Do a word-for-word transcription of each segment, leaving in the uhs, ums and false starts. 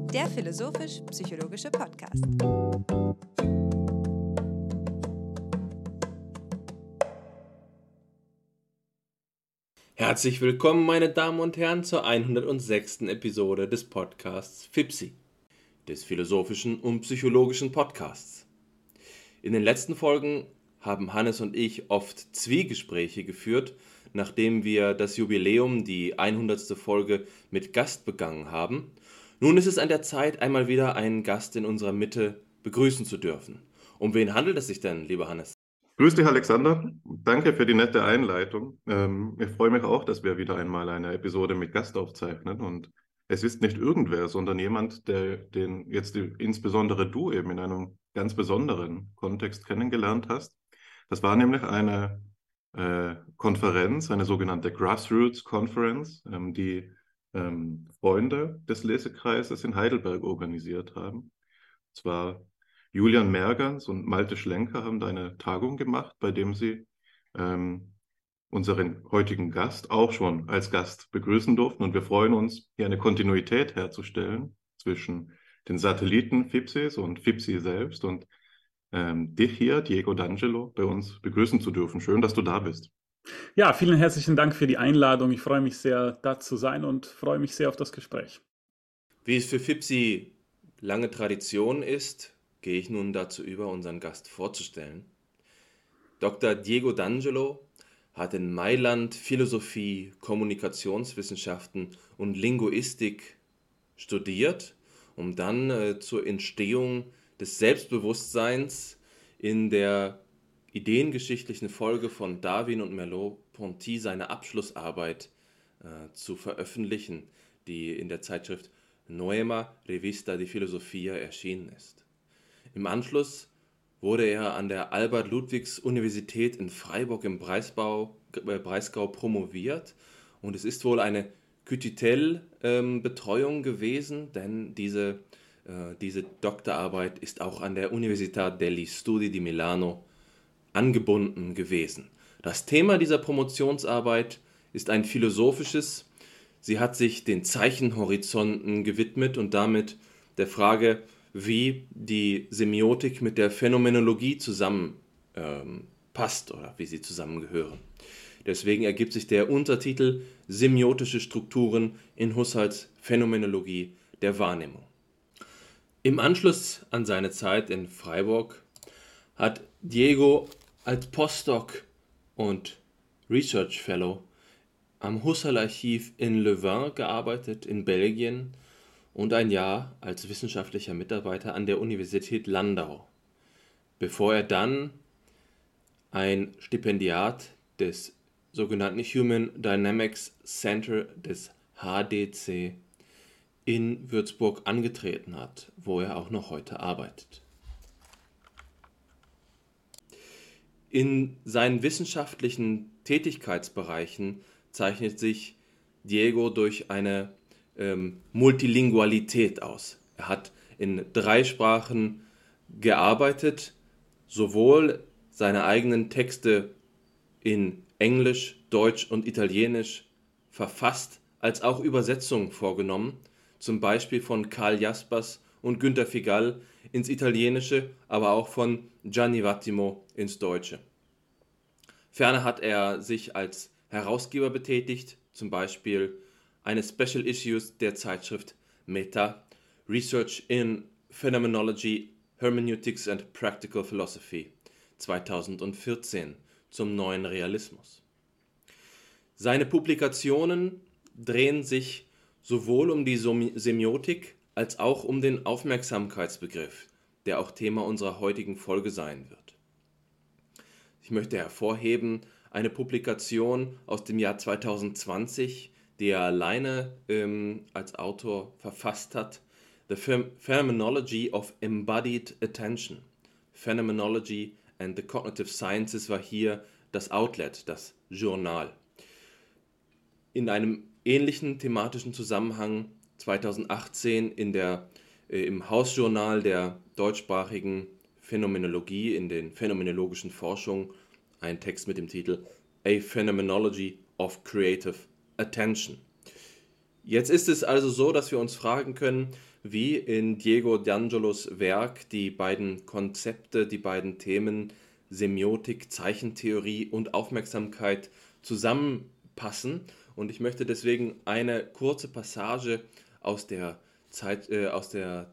der philosophisch-psychologische Podcast. Herzlich willkommen, meine Damen und Herren, zur hundertsechsten Episode des Podcasts FIPSI, des philosophischen und psychologischen Podcasts. In den letzten Folgen haben Hannes und ich oft Zwiegespräche geführt, nachdem wir das Jubiläum, die hundertste Folge, mit Gast begangen haben. Nun ist es an der Zeit, einmal wieder einen Gast in unserer Mitte begrüßen zu dürfen. Um wen handelt es sich denn, lieber Hannes? Grüß dich, Alexander. Danke für die nette Einleitung. Ähm, ich freue mich auch, dass wir wieder einmal eine Episode mit Gast aufzeichnen. Und es ist nicht irgendwer, sondern jemand, der, den jetzt die, insbesondere du eben in einem ganz besonderen Kontext kennengelernt hast. Das war nämlich eine äh, Konferenz, eine sogenannte Grassroots Conference, ähm, die ähm, Freunde des Lesekreises in Heidelberg organisiert haben. Zwar Julian Mergans und Malte Schlenker haben da eine Tagung gemacht, bei dem sie ähm, unseren heutigen Gast auch schon als Gast begrüßen durften. Und wir freuen uns, hier eine Kontinuität herzustellen zwischen den Satelliten FIPSIs und FIPSI selbst und ähm, dich hier, Diego D'Angelo, bei uns begrüßen zu dürfen. Schön, dass du da bist. Ja, vielen herzlichen Dank für die Einladung. Ich freue mich sehr, da zu sein und freue mich sehr auf das Gespräch. Wie es für FIPSI lange Tradition ist, gehe ich nun dazu über, unseren Gast vorzustellen. Doktor Diego D'Angelo hat in Mailand Philosophie, Kommunikationswissenschaften und Linguistik studiert, um dann äh, zur Entstehung des Selbstbewusstseins in der ideengeschichtlichen Folge von Darwin und Merleau-Ponty seine Abschlussarbeit äh, zu veröffentlichen, die in der Zeitschrift Noema Revista di Filosofia erschienen ist. Im Anschluss wurde er an der Albert-Ludwigs-Universität in Freiburg im Breisgau, äh, Breisgau promoviert und es ist wohl eine Q-T-T-L-Betreuung gewesen, denn diese, äh, diese Doktorarbeit ist auch an der Università degli Studi di Milano angebunden gewesen. Das Thema dieser Promotionsarbeit ist ein philosophisches. Sie hat sich den Zeichenhorizonten gewidmet und damit der Frage, wie die Semiotik mit der Phänomenologie zusammenpasst ähm, oder wie sie zusammengehören. Deswegen ergibt sich der Untertitel Semiotische Strukturen in Husserls Phänomenologie der Wahrnehmung. Im Anschluss an seine Zeit in Freiburg hat Diego als Postdoc und Research Fellow am Husserl-Archiv in Louvain gearbeitet, in Belgien, und ein Jahr als wissenschaftlicher Mitarbeiter an der Universität Landau, bevor er dann ein Stipendiat des sogenannten Human Dynamics Center des H D C in Würzburg angetreten hat, wo er auch noch heute arbeitet. In seinen wissenschaftlichen Tätigkeitsbereichen zeichnet sich Diego durch eine ähm, Multilingualität aus. Er hat in drei Sprachen gearbeitet, sowohl seine eigenen Texte in Englisch, Deutsch und Italienisch verfasst, als auch Übersetzungen vorgenommen, zum Beispiel von Karl Jaspers und Günter Figal ins Italienische, aber auch von Gianni Vattimo ins Deutsche. Ferner hat er sich als Herausgeber betätigt, zum Beispiel eine Special Issues der Zeitschrift Meta, Research in Phenomenology, Hermeneutics and Practical Philosophy zweitausendvierzehn zum neuen Realismus. Seine Publikationen drehen sich sowohl um die Semiotik als auch um den Aufmerksamkeitsbegriff, der auch Thema unserer heutigen Folge sein wird. Ich möchte hervorheben eine Publikation aus dem Jahr zweitausendzwanzig, die er alleine ähm, als Autor verfasst hat, The Phenomenology of Embodied Attention. Phenomenology and the Cognitive Sciences war hier das Outlet, das Journal. In einem ähnlichen thematischen Zusammenhang zweitausendachtzehn in der, äh, im Hausjournal der deutschsprachigen Phänomenologie, in den phänomenologischen Forschungen, ein Text mit dem Titel A Phenomenology of Creative Attention. Jetzt ist es also so, dass wir uns fragen können, wie in Diego D'Angelos Werk die beiden Konzepte, die beiden Themen Semiotik, Zeichentheorie und Aufmerksamkeit zusammenpassen. Und ich möchte deswegen eine kurze Passage aus der, Zeit, äh, aus der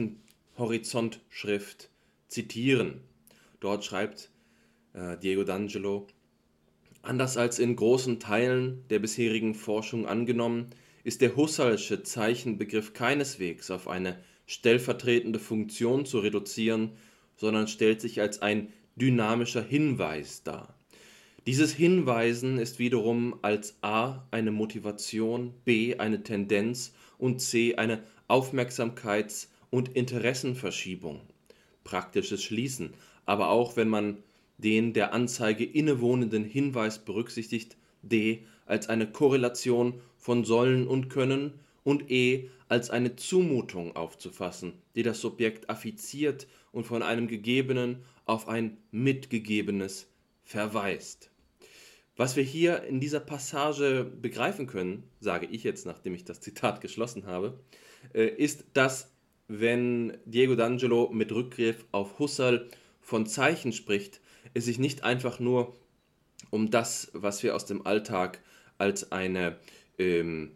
Zeichenhorizontschrift zitieren. Dort schreibt äh, Diego D'Angelo: Anders als in großen Teilen der bisherigen Forschung angenommen, ist der Husserlsche Zeichenbegriff keineswegs auf eine stellvertretende Funktion zu reduzieren, sondern stellt sich als ein dynamischer Hinweis dar. Dieses Hinweisen ist wiederum als A eine Motivation, B eine Tendenz und C eine Aufmerksamkeits- und Interessenverschiebung. Praktisches Schließen, aber auch wenn man den der Anzeige innewohnenden Hinweis berücksichtigt, D als eine Korrelation von Sollen und Können und E als eine Zumutung aufzufassen, die das Subjekt affiziert und von einem Gegebenen auf ein Mitgegebenes verweist. Was wir hier in dieser Passage begreifen können, sage ich jetzt, nachdem ich das Zitat geschlossen habe, ist, dass, wenn Diego D'Angelo mit Rückgriff auf Husserl von Zeichen spricht, es sich nicht einfach nur um das, was wir aus dem Alltag als eine ähm,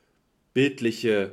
bildliche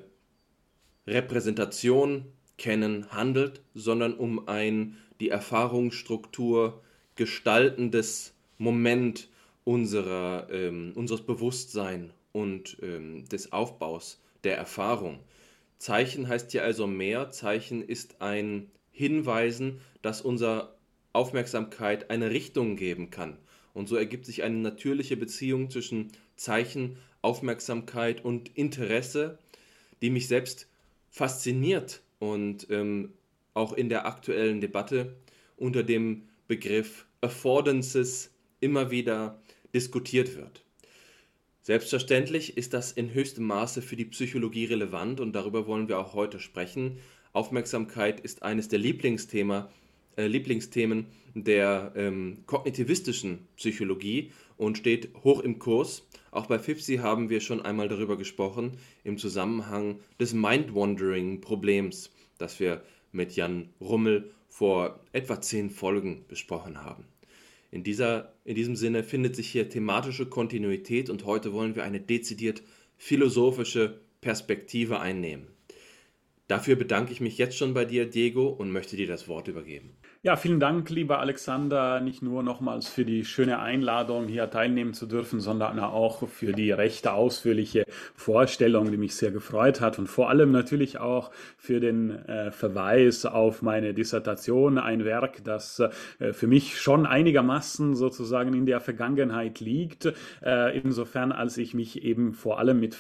Repräsentation kennen, handelt, sondern um ein die Erfahrungsstruktur gestaltendes Moment unserer, ähm, unseres Bewusstseins und ähm, des Aufbaus der Erfahrung. Zeichen heißt hier also mehr. Zeichen ist ein Hinweisen, das unserer Aufmerksamkeit eine Richtung geben kann. Und so ergibt sich eine natürliche Beziehung zwischen Zeichen, Aufmerksamkeit und Interesse, die mich selbst fasziniert und ähm, auch in der aktuellen Debatte unter dem Begriff Affordances immer wieder diskutiert wird. Selbstverständlich ist das in höchstem Maße für die Psychologie relevant und darüber wollen wir auch heute sprechen. Aufmerksamkeit ist eines der Lieblingsthema, äh, Lieblingsthemen der ähm, kognitivistischen Psychologie und steht hoch im Kurs. Auch bei FIPSI haben wir schon einmal darüber gesprochen, im Zusammenhang des Mind-Wandering-Problems, das wir mit Jan Rummel vor etwa zehn Folgen besprochen haben. In, dieser, in diesem Sinne findet sich hier thematische Kontinuität und heute wollen wir eine dezidiert philosophische Perspektive einnehmen. Dafür bedanke ich mich jetzt schon bei dir, Diego, und möchte dir das Wort übergeben. Ja, vielen Dank, lieber Alexander, nicht nur nochmals für die schöne Einladung, hier teilnehmen zu dürfen, sondern auch für die recht ausführliche Vorstellung, die mich sehr gefreut hat und vor allem natürlich auch für den äh, Verweis auf meine Dissertation, ein Werk, das äh, für mich schon einigermaßen sozusagen in der Vergangenheit liegt, äh, insofern als ich mich eben vor allem mit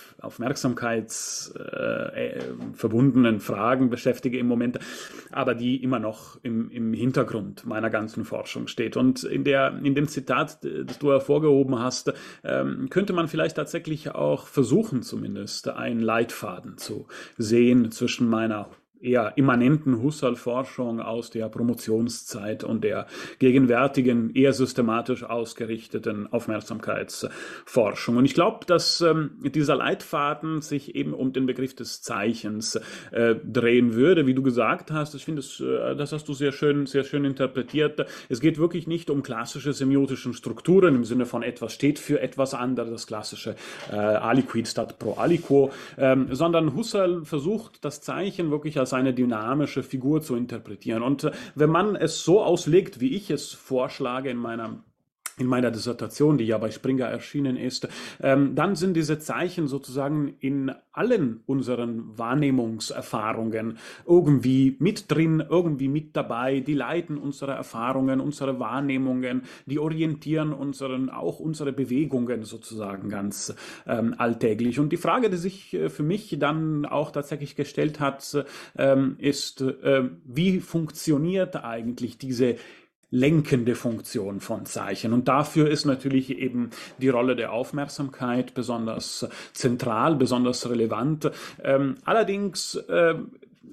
aufmerksamkeitsverbundenen äh, Fragen beschäftige im Moment, aber die immer noch im, im Hintergrund meiner ganzen Forschung steht. Und in, der, in dem Zitat, das du hervorgehoben hast, ähm, könnte man vielleicht tatsächlich auch versuchen, zumindest einen Leitfaden zu sehen zwischen meiner eher immanenten Husserl-Forschung aus der Promotionszeit und der gegenwärtigen, eher systematisch ausgerichteten Aufmerksamkeitsforschung. Und ich glaube, dass ähm, dieser Leitfaden sich eben um den Begriff des Zeichens äh, drehen würde, wie du gesagt hast. Ich finde, das, äh, das hast du sehr schön, sehr schön interpretiert. Es geht wirklich nicht um klassische semiotischen Strukturen im Sinne von etwas steht für etwas anderes, das klassische äh, aliquid statt pro aliquo, ähm, sondern Husserl versucht, das Zeichen wirklich als eine dynamische Figur zu interpretieren. Und wenn man es so auslegt, wie ich es vorschlage in meiner in meiner Dissertation, die ja bei Springer erschienen ist, ähm, dann sind diese Zeichen sozusagen in allen unseren Wahrnehmungserfahrungen irgendwie mit drin, irgendwie mit dabei. Die leiten unsere Erfahrungen, unsere Wahrnehmungen, die orientieren unseren, auch unsere Bewegungen sozusagen ganz ähm, alltäglich. Und die Frage, die sich äh, für mich dann auch tatsächlich gestellt hat, ähm, ist, äh, wie funktioniert eigentlich diese lenkende Funktion von Zeichen. Und dafür ist natürlich eben die Rolle der Aufmerksamkeit besonders zentral, besonders relevant. Ähm, allerdings äh,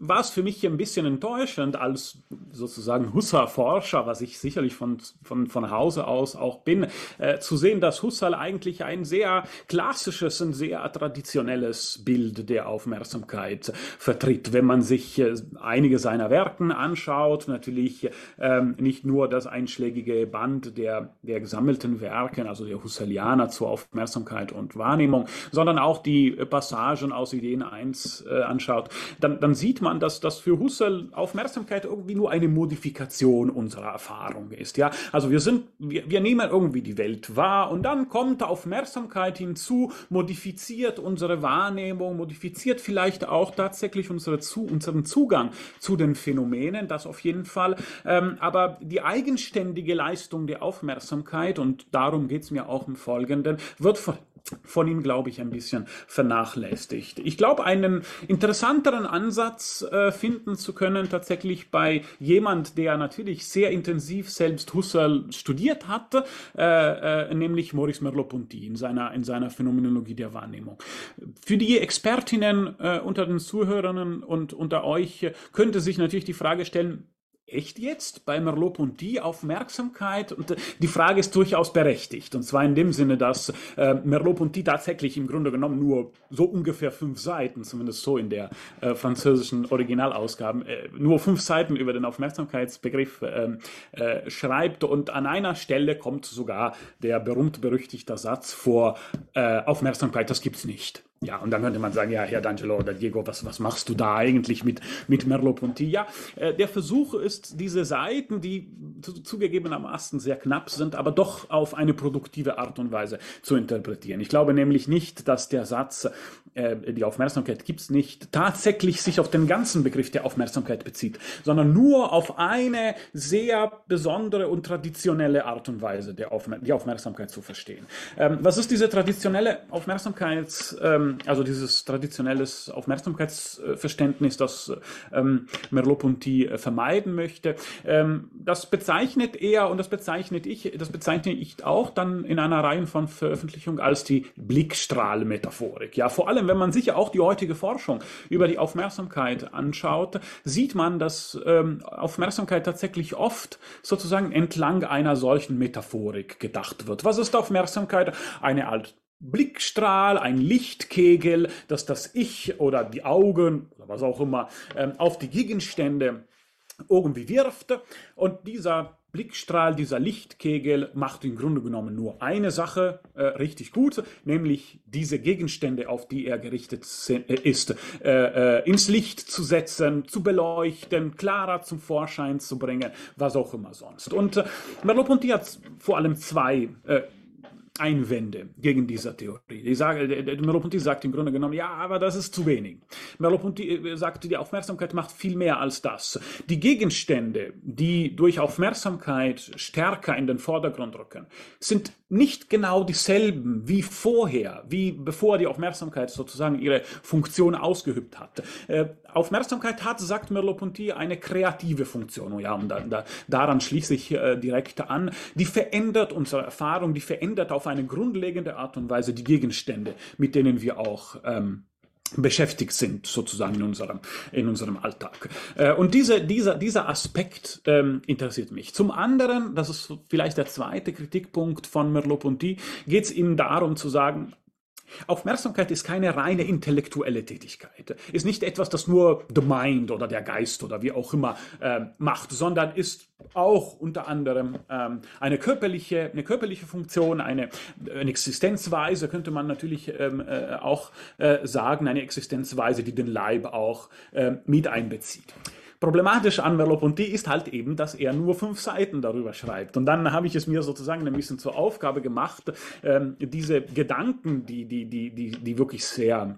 war es für mich ein bisschen enttäuschend als sozusagen Husserl-Forscher, was ich sicherlich von, von, von Hause aus auch bin, äh, zu sehen, dass Husserl eigentlich ein sehr klassisches, ein sehr traditionelles Bild der Aufmerksamkeit vertritt. Wenn man sich äh, einige seiner Werken anschaut, natürlich ähm, nicht nur das einschlägige Band der, der gesammelten Werke, also der Husserlianer zur Aufmerksamkeit und Wahrnehmung, sondern auch die Passagen aus Ideen eins äh, anschaut, dann, dann sieht man, dass das für Husserl Aufmerksamkeit irgendwie nur eine Modifikation unserer Erfahrung ist. Ja? Also wir sind, wir, wir nehmen irgendwie die Welt wahr und dann kommt Aufmerksamkeit hinzu, modifiziert unsere Wahrnehmung, modifiziert vielleicht auch tatsächlich unsere zu, unseren Zugang zu den Phänomenen, das auf jeden Fall. Ähm, aber die eigenständige Leistung der Aufmerksamkeit, und darum geht es mir auch im Folgenden, wird von von ihm, glaube ich, ein bisschen vernachlässigt. Ich glaube, einen interessanteren Ansatz äh, finden zu können, tatsächlich bei jemand, der natürlich sehr intensiv selbst Husserl studiert hatte, äh, äh, nämlich Maurice Merleau-Ponty in seiner, in seiner Phänomenologie der Wahrnehmung. Für die Expertinnen äh, unter den Zuhörern und unter euch äh, könnte sich natürlich die Frage stellen, echt jetzt bei Merleau-Ponty Aufmerksamkeit? Und die Frage ist durchaus berechtigt. Und zwar in dem Sinne, dass äh, Merleau-Ponty tatsächlich im Grunde genommen nur so ungefähr fünf Seiten, zumindest so in der äh, französischen Originalausgabe, äh, nur fünf Seiten über den Aufmerksamkeitsbegriff äh, äh, schreibt. Und an einer Stelle kommt sogar der berühmt-berüchtigte Satz vor, äh, Aufmerksamkeit, das gibt's nicht. Ja, und dann könnte man sagen, ja, Herr D'Angelo oder Diego, was, was machst du da eigentlich mit, mit Merleau-Ponty? Ja, äh, der Versuch ist, diese Seiten, die zu, zugegebenermaßen sehr knapp sind, aber doch auf eine produktive Art und Weise zu interpretieren. Ich glaube nämlich nicht, dass der Satz, äh, die Aufmerksamkeit gibt's nicht, tatsächlich sich auf den ganzen Begriff der Aufmerksamkeit bezieht, sondern nur auf eine sehr besondere und traditionelle Art und Weise, der Aufmer- die Aufmerksamkeit zu verstehen. Ähm, was ist diese traditionelle Aufmerksamkeits- ähm, Also dieses traditionelles Aufmerksamkeitsverständnis, das ähm, Merleau-Ponty äh, vermeiden möchte, ähm, das bezeichnet er und das bezeichnet ich, das bezeichne ich auch dann in einer Reihe von Veröffentlichungen als die Blickstrahlmetaphorik. Ja, vor allem, wenn man sich auch die heutige Forschung über die Aufmerksamkeit anschaut, sieht man, dass ähm, Aufmerksamkeit tatsächlich oft sozusagen entlang einer solchen Metaphorik gedacht wird. Was ist Aufmerksamkeit? Eine Art Blickstrahl, ein Lichtkegel, das das Ich oder die Augen oder was auch immer ähm, auf die Gegenstände irgendwie wirft. Und dieser Blickstrahl, dieser Lichtkegel macht im Grunde genommen nur eine Sache äh, richtig gut, nämlich diese Gegenstände, auf die er gerichtet ist, äh, äh, ins Licht zu setzen, zu beleuchten, klarer zum Vorschein zu bringen, was auch immer sonst. Und äh, Merleau-Ponty hat vor allem zwei äh, Einwände gegen diese Theorie. Die sage, Merleau-Ponty sagt im Grunde genommen, ja, aber das ist zu wenig. Merleau-Ponty sagt, die Aufmerksamkeit macht viel mehr als das. Die Gegenstände, die durch Aufmerksamkeit stärker in den Vordergrund rücken, sind nicht genau dieselben wie vorher, wie bevor die Aufmerksamkeit sozusagen ihre Funktion ausgeübt hat. Äh, Aufmerksamkeit hat, sagt Merleau-Ponty, eine kreative Funktion. Ja, und da, da, daran schließe ich äh, direkt an. Die verändert unsere Erfahrung, die verändert auf eine grundlegende Art und Weise die Gegenstände, mit denen wir auch ähm, beschäftigt sind, sozusagen in unserem, in unserem Alltag. Äh, und diese, dieser, dieser Aspekt ähm, interessiert mich. Zum anderen, das ist vielleicht der zweite Kritikpunkt von Merleau-Ponty, geht es ihm darum zu sagen, Aufmerksamkeit ist keine reine intellektuelle Tätigkeit, ist nicht etwas, das nur the mind oder der Geist oder wie auch immer äh, macht, sondern ist auch unter anderem ähm, eine körperliche, eine körperliche Funktion, eine, eine Existenzweise, könnte man natürlich ähm, äh, auch äh, sagen, eine Existenzweise, die den Leib auch äh, mit einbezieht. Problematisch an Merleau-Ponty ist halt eben, dass er nur fünf Seiten darüber schreibt. Und dann habe ich es mir sozusagen ein bisschen zur Aufgabe gemacht, ähm, diese Gedanken, die, die, die, die, die wirklich sehr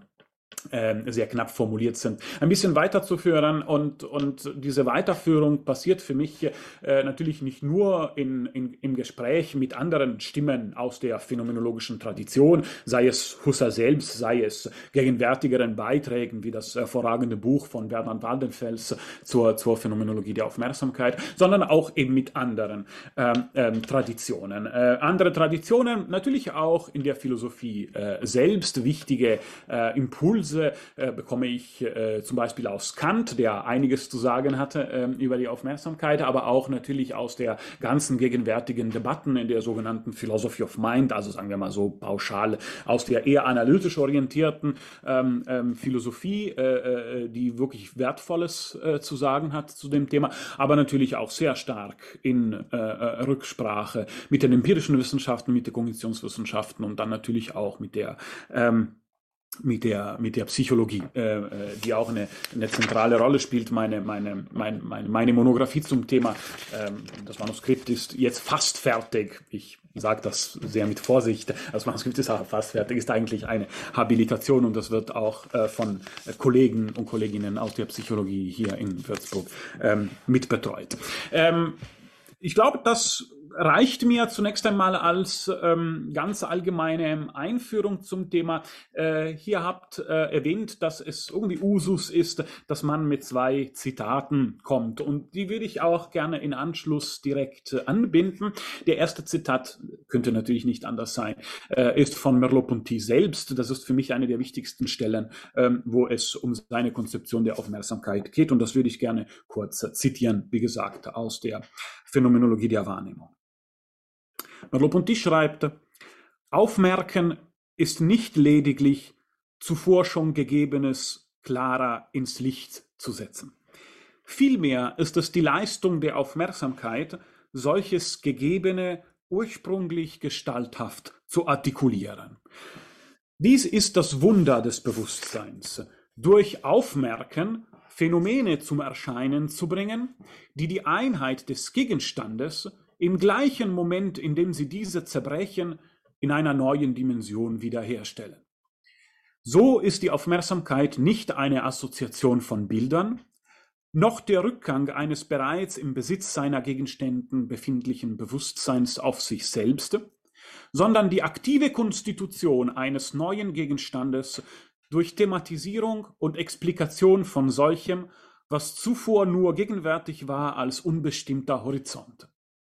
sehr knapp formuliert sind, ein bisschen weiterzuführen. Und, und diese Weiterführung passiert für mich äh, natürlich nicht nur in, in, im Gespräch mit anderen Stimmen aus der phänomenologischen Tradition, sei es Husserl selbst, sei es gegenwärtigeren Beiträgen wie das hervorragende Buch von Bernhard Waldenfels zur, zur Phänomenologie der Aufmerksamkeit, sondern auch eben mit anderen ähm, ähm, Traditionen. Äh, andere Traditionen, natürlich auch in der Philosophie äh, selbst wichtige äh, Impulse Impulse äh, bekomme ich äh, zum Beispiel aus Kant, der einiges zu sagen hatte äh, über die Aufmerksamkeit, aber auch natürlich aus der ganzen gegenwärtigen Debatten in der sogenannten Philosophy of Mind, also sagen wir mal so pauschal aus der eher analytisch orientierten ähm, ähm, Philosophie, äh, die wirklich Wertvolles äh, zu sagen hat zu dem Thema, aber natürlich auch sehr stark in äh, Rücksprache mit den empirischen Wissenschaften, mit den Kognitionswissenschaften und dann natürlich auch mit der ähm, mit der, mit der Psychologie, äh, die auch eine, eine zentrale Rolle spielt. Meine, meine, meine, meine, meine Monographie zum Thema, ähm, das Manuskript ist jetzt fast fertig. Ich sage das sehr mit Vorsicht. Das Manuskript ist auch fast fertig, ist eigentlich eine Habilitation und das wird auch äh, von Kollegen und Kolleginnen aus der Psychologie hier in Würzburg ähm, mitbetreut. Ähm, ich glaube, das reicht mir zunächst einmal als ähm, ganz allgemeine Einführung zum Thema. Äh, hier habt äh, erwähnt, dass es irgendwie Usus ist, dass man mit zwei Zitaten kommt. Und die würde ich auch gerne in Anschluss direkt äh, anbinden. Der erste Zitat, könnte natürlich nicht anders sein, äh, ist von Merleau-Ponty selbst. Das ist für mich eine der wichtigsten Stellen, ähm, wo es um seine Konzeption der Aufmerksamkeit geht. Und das würde ich gerne kurz äh, zitieren, wie gesagt, aus der Phänomenologie der Wahrnehmung. Merleau-Ponty schreibt, Aufmerken ist nicht lediglich zuvor schon Gegebenes klarer ins Licht zu setzen. Vielmehr ist es die Leistung der Aufmerksamkeit, solches Gegebene ursprünglich gestalthaft zu artikulieren. Dies ist das Wunder des Bewusstseins, durch Aufmerken Phänomene zum Erscheinen zu bringen, die die Einheit des Gegenstandes im gleichen Moment, in dem sie diese zerbrechen, in einer neuen Dimension wiederherstellen. So ist die Aufmerksamkeit nicht eine Assoziation von Bildern, noch der Rückgang eines bereits im Besitz seiner Gegenständen befindlichen Bewusstseins auf sich selbst, sondern die aktive Konstitution eines neuen Gegenstandes durch Thematisierung und Explikation von solchem, was zuvor nur gegenwärtig war als unbestimmter Horizont.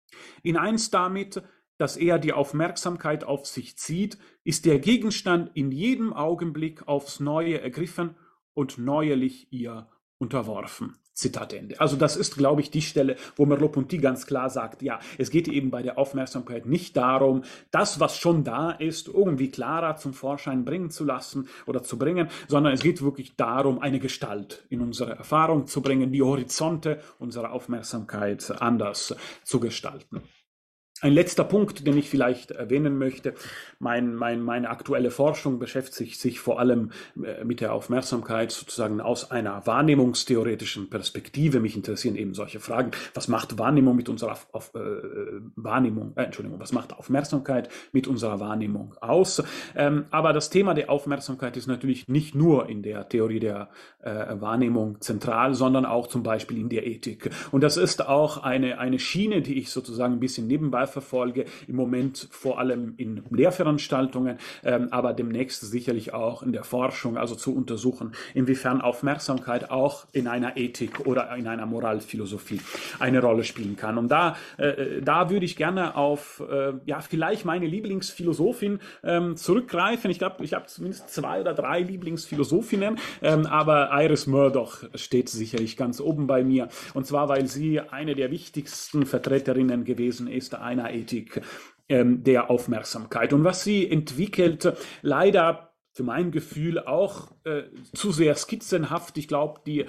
In eins damit, dass er die Aufmerksamkeit auf sich zieht, ist der Gegenstand in jedem Augenblick aufs Neue ergriffen und neuerlich ihr unterworfen. Zitat Ende. Also das ist, glaube ich, die Stelle, wo Merleau-Ponty ganz klar sagt, ja, es geht eben bei der Aufmerksamkeit nicht darum, das, was schon da ist, irgendwie klarer zum Vorschein bringen zu lassen oder zu bringen, sondern es geht wirklich darum, eine Gestalt in unsere Erfahrung zu bringen, die Horizonte unserer Aufmerksamkeit anders zu gestalten. Ein letzter Punkt, den ich vielleicht erwähnen möchte, mein, mein, meine aktuelle Forschung beschäftigt sich vor allem mit der Aufmerksamkeit sozusagen aus einer wahrnehmungstheoretischen Perspektive. Mich interessieren eben solche Fragen. Was macht Wahrnehmung mit unserer auf, auf, äh, Wahrnehmung, äh, Entschuldigung, was macht Aufmerksamkeit mit unserer Wahrnehmung aus? Ähm, aber das Thema der Aufmerksamkeit ist natürlich nicht nur in der Theorie der äh, Wahrnehmung zentral, sondern auch zum Beispiel in der Ethik. Und das ist auch eine, eine Schiene, die ich sozusagen ein bisschen nebenbei verfolge, im Moment vor allem in Lehrveranstaltungen, ähm, aber demnächst sicherlich auch in der Forschung, also zu untersuchen, inwiefern Aufmerksamkeit auch in einer Ethik oder in einer Moralphilosophie eine Rolle spielen kann. Und da, äh, da würde ich gerne auf, äh, ja, vielleicht meine Lieblingsphilosophin ähm, zurückgreifen. Ich glaube, ich habe zumindest zwei oder drei Lieblingsphilosophinnen, ähm, aber Iris Murdoch steht sicherlich ganz oben bei mir. Und zwar, weil sie eine der wichtigsten Vertreterinnen gewesen ist, einer Ethik ähm, der Aufmerksamkeit. Und was sie entwickelt, leider für mein Gefühl auch äh, zu sehr skizzenhaft. Ich glaube, die äh,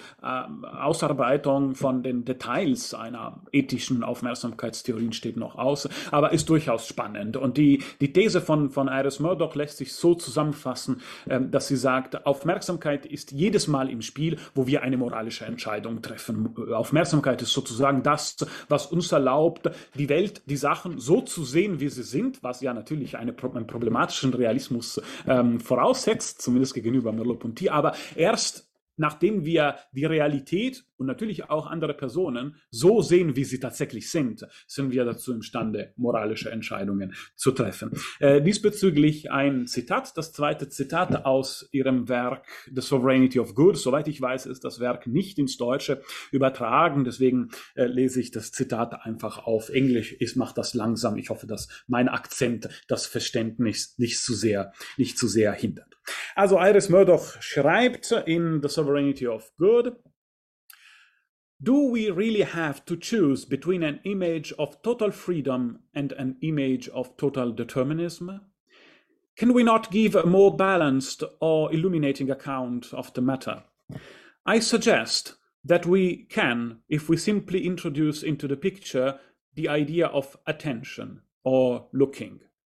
Ausarbeitung von den Details einer ethischen Aufmerksamkeitstheorie steht noch aus, aber ist durchaus spannend. Und die, die These von, von Iris Murdoch lässt sich so zusammenfassen, äh, dass sie sagt, Aufmerksamkeit ist jedes Mal im Spiel, wo wir eine moralische Entscheidung treffen. Aufmerksamkeit ist sozusagen das, was uns erlaubt, die Welt, die Sachen so zu sehen, wie sie sind, was ja natürlich eine, einen problematischen Realismus ähm, voraussetzt, setzt, zumindest gegenüber Merleau-Ponty, aber erst nachdem wir die Realität und natürlich auch andere Personen so sehen, wie sie tatsächlich sind, sind wir dazu imstande, moralische Entscheidungen zu treffen. Äh, diesbezüglich ein Zitat, das zweite Zitat aus ihrem Werk The Sovereignty of Good. Soweit ich weiß, ist das Werk nicht ins Deutsche übertragen, deswegen äh, lese ich das Zitat einfach auf Englisch. Ich mache das langsam. Ich hoffe, dass mein Akzent das Verständnis nicht zu sehr, nicht zu sehr hindert. Also Iris Murdoch schreibt in The Sovereignty of Good: Do we really have to choose between an image of total freedom and an image of total determinism? Can we not give a more balanced or illuminating account of the matter? I suggest that we can if we simply introduce into the picture the idea of attention or looking.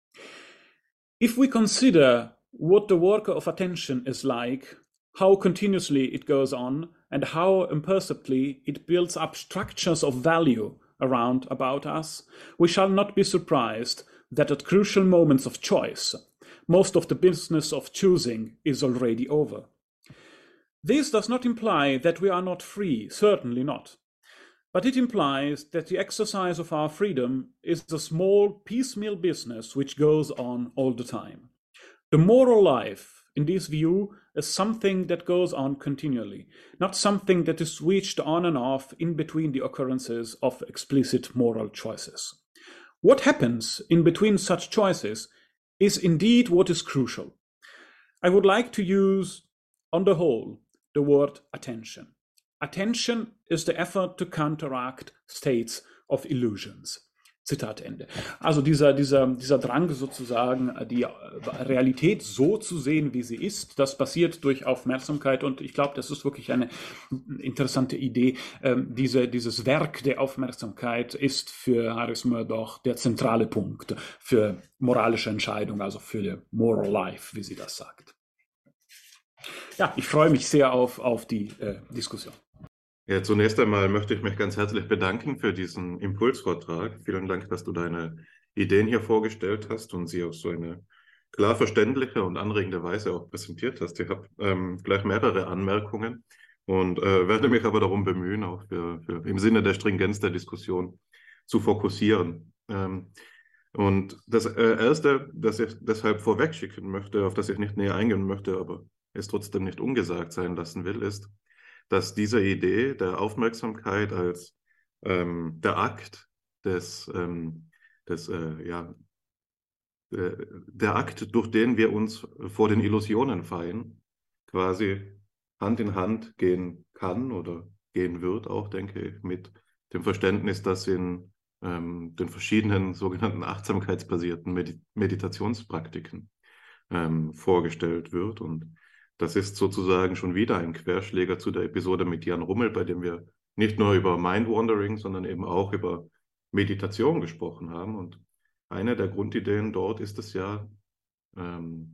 If we consider what the work of attention is like, how continuously it goes on, and how imperceptibly it builds up structures of value around about us, we shall not be surprised that at crucial moments of choice, most of the business of choosing is already over. This does not imply that we are not free, certainly not. But it implies that the exercise of our freedom is a small piecemeal business which goes on all the time. The moral life, in this view, is something that goes on continually, not something that is switched on and off in between the occurrences of explicit moral choices. What happens in between such choices is indeed what is crucial. I would like to use, on the whole, the word attention. Attention is the effort to counteract states of illusions. Zitat Ende. Also dieser, dieser, dieser Drang sozusagen, die Realität so zu sehen, wie sie ist, das passiert durch Aufmerksamkeit, und ich glaube, das ist wirklich eine interessante Idee. Ähm, diese, dieses Werk der Aufmerksamkeit ist für Iris Murdoch der zentrale Punkt für moralische Entscheidungen, also für die Moral Life, wie sie das sagt. Ja, ich freue mich sehr auf, auf die äh, Diskussion. Ja, zunächst einmal möchte ich mich ganz herzlich bedanken für diesen Impulsvortrag. Vielen Dank, dass du deine Ideen hier vorgestellt hast und sie auf so eine klar verständliche und anregende Weise auch präsentiert hast. Ich habe ähm, gleich mehrere Anmerkungen und äh, werde mich aber darum bemühen, auch für, für, im Sinne der Stringenz der Diskussion zu fokussieren. Ähm, und das äh, Erste, das ich deshalb vorwegschicken möchte, auf das ich nicht näher eingehen möchte, aber es trotzdem nicht ungesagt sein lassen will, ist, dass diese Idee der Aufmerksamkeit als ähm, der Akt des, ähm, des äh, ja, äh, der Akt, durch den wir uns vor den Illusionen feiern, quasi Hand in Hand gehen kann oder gehen wird, auch denke ich, mit dem Verständnis, das in ähm, den verschiedenen sogenannten achtsamkeitsbasierten Medi- Meditationspraktiken ähm, vorgestellt wird. Und das ist sozusagen schon wieder ein Querschläger zu der Episode mit Jan Rummel, bei dem wir nicht nur über Mind-Wandering, sondern eben auch über Meditation gesprochen haben. Und eine der Grundideen dort ist es ja, ähm,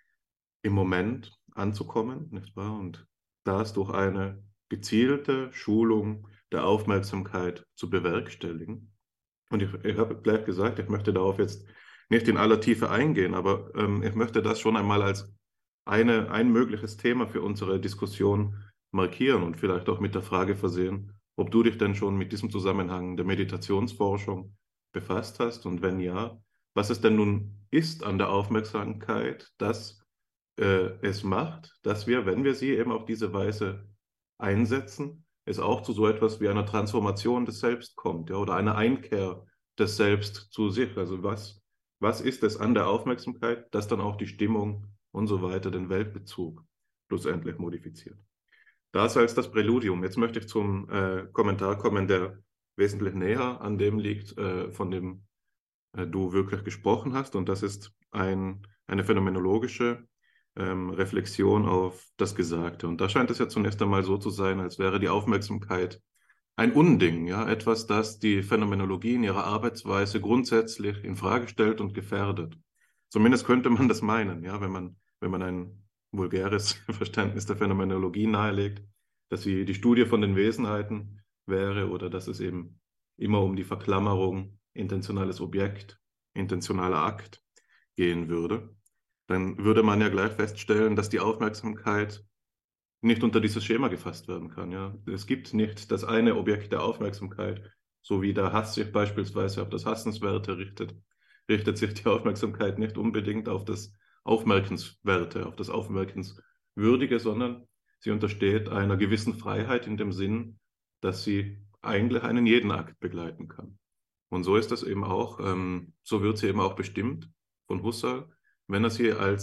im Moment anzukommen, nicht wahr? Und das durch eine gezielte Schulung der Aufmerksamkeit zu bewerkstelligen. Und ich, ich habe gleich gesagt, ich möchte darauf jetzt nicht in aller Tiefe eingehen, aber ähm, ich möchte das schon einmal als Eine, ein mögliches Thema für unsere Diskussion markieren und vielleicht auch mit der Frage versehen, ob du dich denn schon mit diesem Zusammenhang der Meditationsforschung befasst hast, und wenn ja, was es denn nun ist an der Aufmerksamkeit, dass äh, es macht, dass wir, wenn wir sie eben auf diese Weise einsetzen, es auch zu so etwas wie einer Transformation des Selbst kommt, ja, oder einer Einkehr des Selbst zu sich. Also was, was ist es an der Aufmerksamkeit, das dann auch die Stimmung und so weiter, den Weltbezug schlussendlich modifiziert. Das als das Präludium. Jetzt möchte ich zum äh, Kommentar kommen, der wesentlich näher an dem liegt, äh, von dem äh, du wirklich gesprochen hast. Und das ist ein, eine phänomenologische ähm, Reflexion auf das Gesagte. Und da scheint es ja zunächst einmal so zu sein, als wäre die Aufmerksamkeit ein Unding, ja, etwas, das die Phänomenologie in ihrer Arbeitsweise grundsätzlich in Frage stellt und gefährdet. Zumindest könnte man das meinen, ja, wenn man, wenn man ein vulgäres Verständnis der Phänomenologie nahelegt, dass sie die Studie von den Wesenheiten wäre oder dass es eben immer um die Verklammerung intentionales Objekt, intentionaler Akt gehen würde, dann würde man ja gleich feststellen, dass die Aufmerksamkeit nicht unter dieses Schema gefasst werden kann. Ja. Es gibt nicht das eine Objekt der Aufmerksamkeit, so wie der Hass sich beispielsweise auf das Hassenswerte richtet, richtet sich die Aufmerksamkeit nicht unbedingt auf das Aufmerkenswerte, auf das Aufmerkenswürdige, sondern sie untersteht einer gewissen Freiheit in dem Sinn, dass sie eigentlich einen jeden Akt begleiten kann. Und so ist das eben auch, ähm, so wird sie eben auch bestimmt von Husserl, wenn er sie als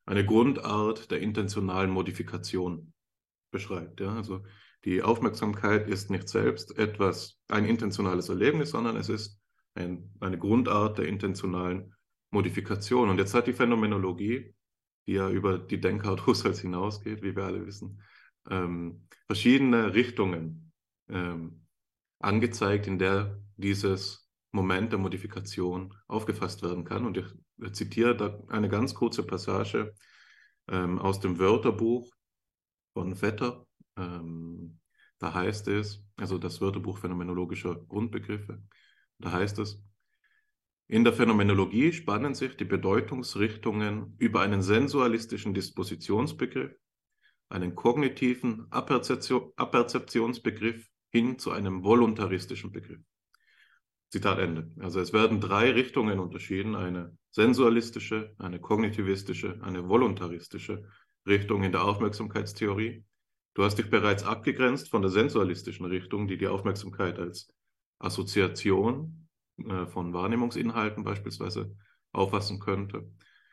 eine Grundart der intentionalen Modifikation beschreibt. Ja? Also die Aufmerksamkeit ist nicht selbst etwas, ein intentionales Erlebnis, sondern es ist ein, eine Grundart der intentionalen Modifikation. Und jetzt hat die Phänomenologie, die ja über die Denkart Husserls hinausgeht, wie wir alle wissen, ähm, verschiedene Richtungen ähm, angezeigt, in der dieses Moment der Modifikation aufgefasst werden kann. Und ich zitiere da eine ganz kurze Passage ähm, aus dem Wörterbuch von Vetter. Ähm, da heißt es, also das Wörterbuch phänomenologischer Grundbegriffe, da heißt es: In der Phänomenologie spannen sich die Bedeutungsrichtungen über einen sensualistischen Dispositionsbegriff, einen kognitiven Aperzeption, Aperzeptionsbegriff hin zu einem voluntaristischen Begriff. Zitat Ende. Also es werden drei Richtungen unterschieden, eine sensualistische, eine kognitivistische, eine voluntaristische Richtung in der Aufmerksamkeitstheorie. Du hast dich bereits abgegrenzt von der sensualistischen Richtung, die die Aufmerksamkeit als Assoziation äh, von Wahrnehmungsinhalten beispielsweise auffassen könnte.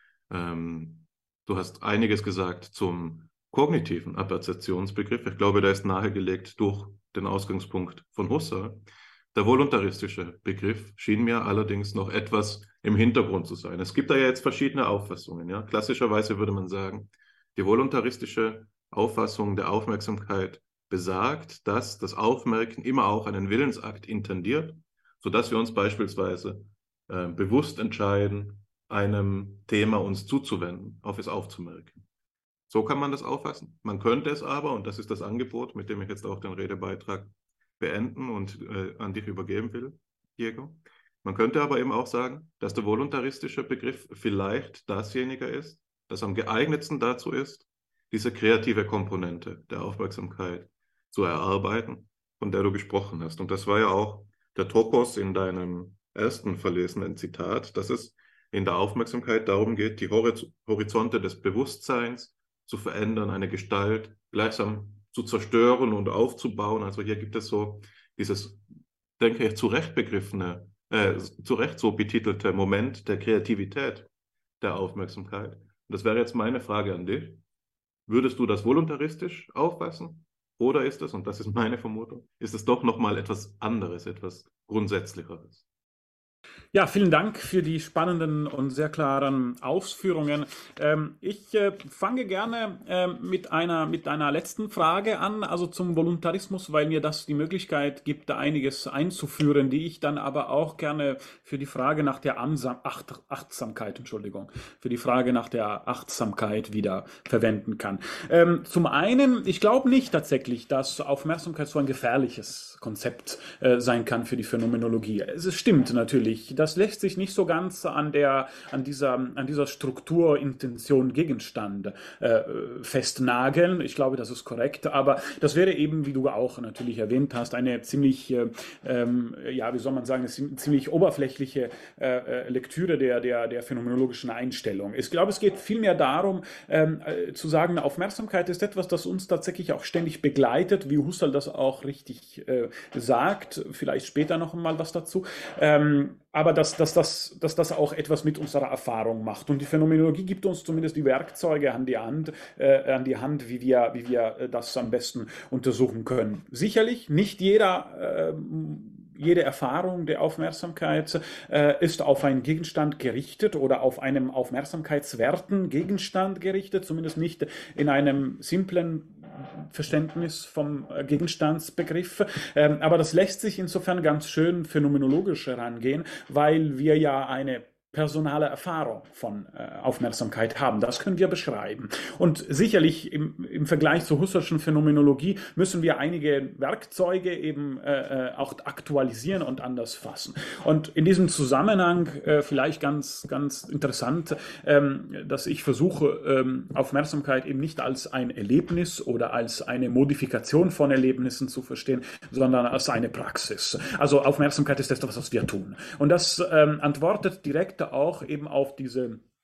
Ähm, du hast einiges gesagt zum kognitiven Aperzeptionsbegriff. Ich glaube, der ist nahegelegt durch den Ausgangspunkt von Husserl. Der voluntaristische Begriff schien mir allerdings noch etwas im Hintergrund zu sein. Es gibt da ja jetzt verschiedene Auffassungen. Ja? Klassischerweise würde man sagen, die voluntaristische Auffassung der Aufmerksamkeit besagt, dass das Aufmerken immer auch einen Willensakt intendiert, sodass wir uns beispielsweise äh, bewusst entscheiden, einem Thema uns zuzuwenden, auf es aufzumerken. So kann man das auffassen. Man könnte es aber, und das ist das Angebot, mit dem ich jetzt auch den Redebeitrag beenden und äh, an dich übergeben will, Diego. Man könnte aber eben auch sagen, dass der voluntaristische Begriff vielleicht dasjenige ist, das am geeignetsten dazu ist, diese kreative Komponente der Aufmerksamkeit zu erarbeiten, von der du gesprochen hast. Und das war ja auch der Topos in deinem ersten verlesenen Zitat, dass es in der Aufmerksamkeit darum geht, die Horizonte des Bewusstseins zu verändern, eine Gestalt gleichsam zu zerstören und aufzubauen. Also hier gibt es so dieses, denke ich, zu Recht begriffene, äh, zu Recht so betitelte Moment der Kreativität der Aufmerksamkeit. Und das wäre jetzt meine Frage an dich. Würdest du das voluntaristisch auffassen? Oder ist es, und das ist meine Vermutung, ist es doch nochmal etwas anderes, etwas Grundsätzlicheres? Ja, vielen Dank für die spannenden und sehr klaren Ausführungen. Ähm, ich äh, fange gerne äh, mit einer, mit einer letzten Frage an, also zum Voluntarismus, weil mir das die Möglichkeit gibt, da einiges einzuführen, die ich dann aber auch gerne für die Frage nach der Ansam Acht Achtsamkeit, Entschuldigung, für die Frage nach der Achtsamkeit wieder verwenden kann. Ähm, zum einen, ich glaube nicht tatsächlich, dass Aufmerksamkeit so ein gefährliches Konzept äh, sein kann für die Phänomenologie. Es stimmt natürlich, das lässt sich nicht so ganz an der, an dieser, an dieser Struktur, Intention, Gegenstand äh, festnageln. Ich glaube, das ist korrekt, aber das wäre eben, wie du auch natürlich erwähnt hast, eine ziemlich, äh, ähm, ja, wie soll man sagen, eine ziemlich oberflächliche äh, Lektüre der, der, der phänomenologischen Einstellung. Ich glaube, es geht vielmehr darum, ähm, äh, zu sagen, Aufmerksamkeit ist etwas, das uns tatsächlich auch ständig begleitet, wie Husserl das auch richtig äh, sagt, vielleicht später noch einmal was dazu, ähm, aber dass, dass, dass, dass das auch etwas mit unserer Erfahrung macht. Und die Phänomenologie gibt uns zumindest die Werkzeuge an die Hand, äh, an die Hand, wie wir, wie wir das am besten untersuchen können. Sicherlich nicht jeder äh, Jede Erfahrung der Aufmerksamkeit äh, ist auf einen Gegenstand gerichtet oder auf einem aufmerksamkeitswerten Gegenstand gerichtet, zumindest nicht in einem simplen Verständnis vom Gegenstandsbegriff. Ähm, aber das lässt sich insofern ganz schön phänomenologisch herangehen, weil wir ja eine personale Erfahrung von äh, Aufmerksamkeit haben. Das können wir beschreiben. Und sicherlich im, im Vergleich zur Husserlschen Phänomenologie müssen wir einige Werkzeuge eben äh, auch aktualisieren und anders fassen. Und in diesem Zusammenhang äh, vielleicht ganz, ganz interessant, ähm, dass ich versuche, ähm, Aufmerksamkeit eben nicht als ein Erlebnis oder als eine Modifikation von Erlebnissen zu verstehen, sondern als eine Praxis. Also Aufmerksamkeit ist etwas, was wir tun. Und das ähm, antwortet direkt auch eben auf diese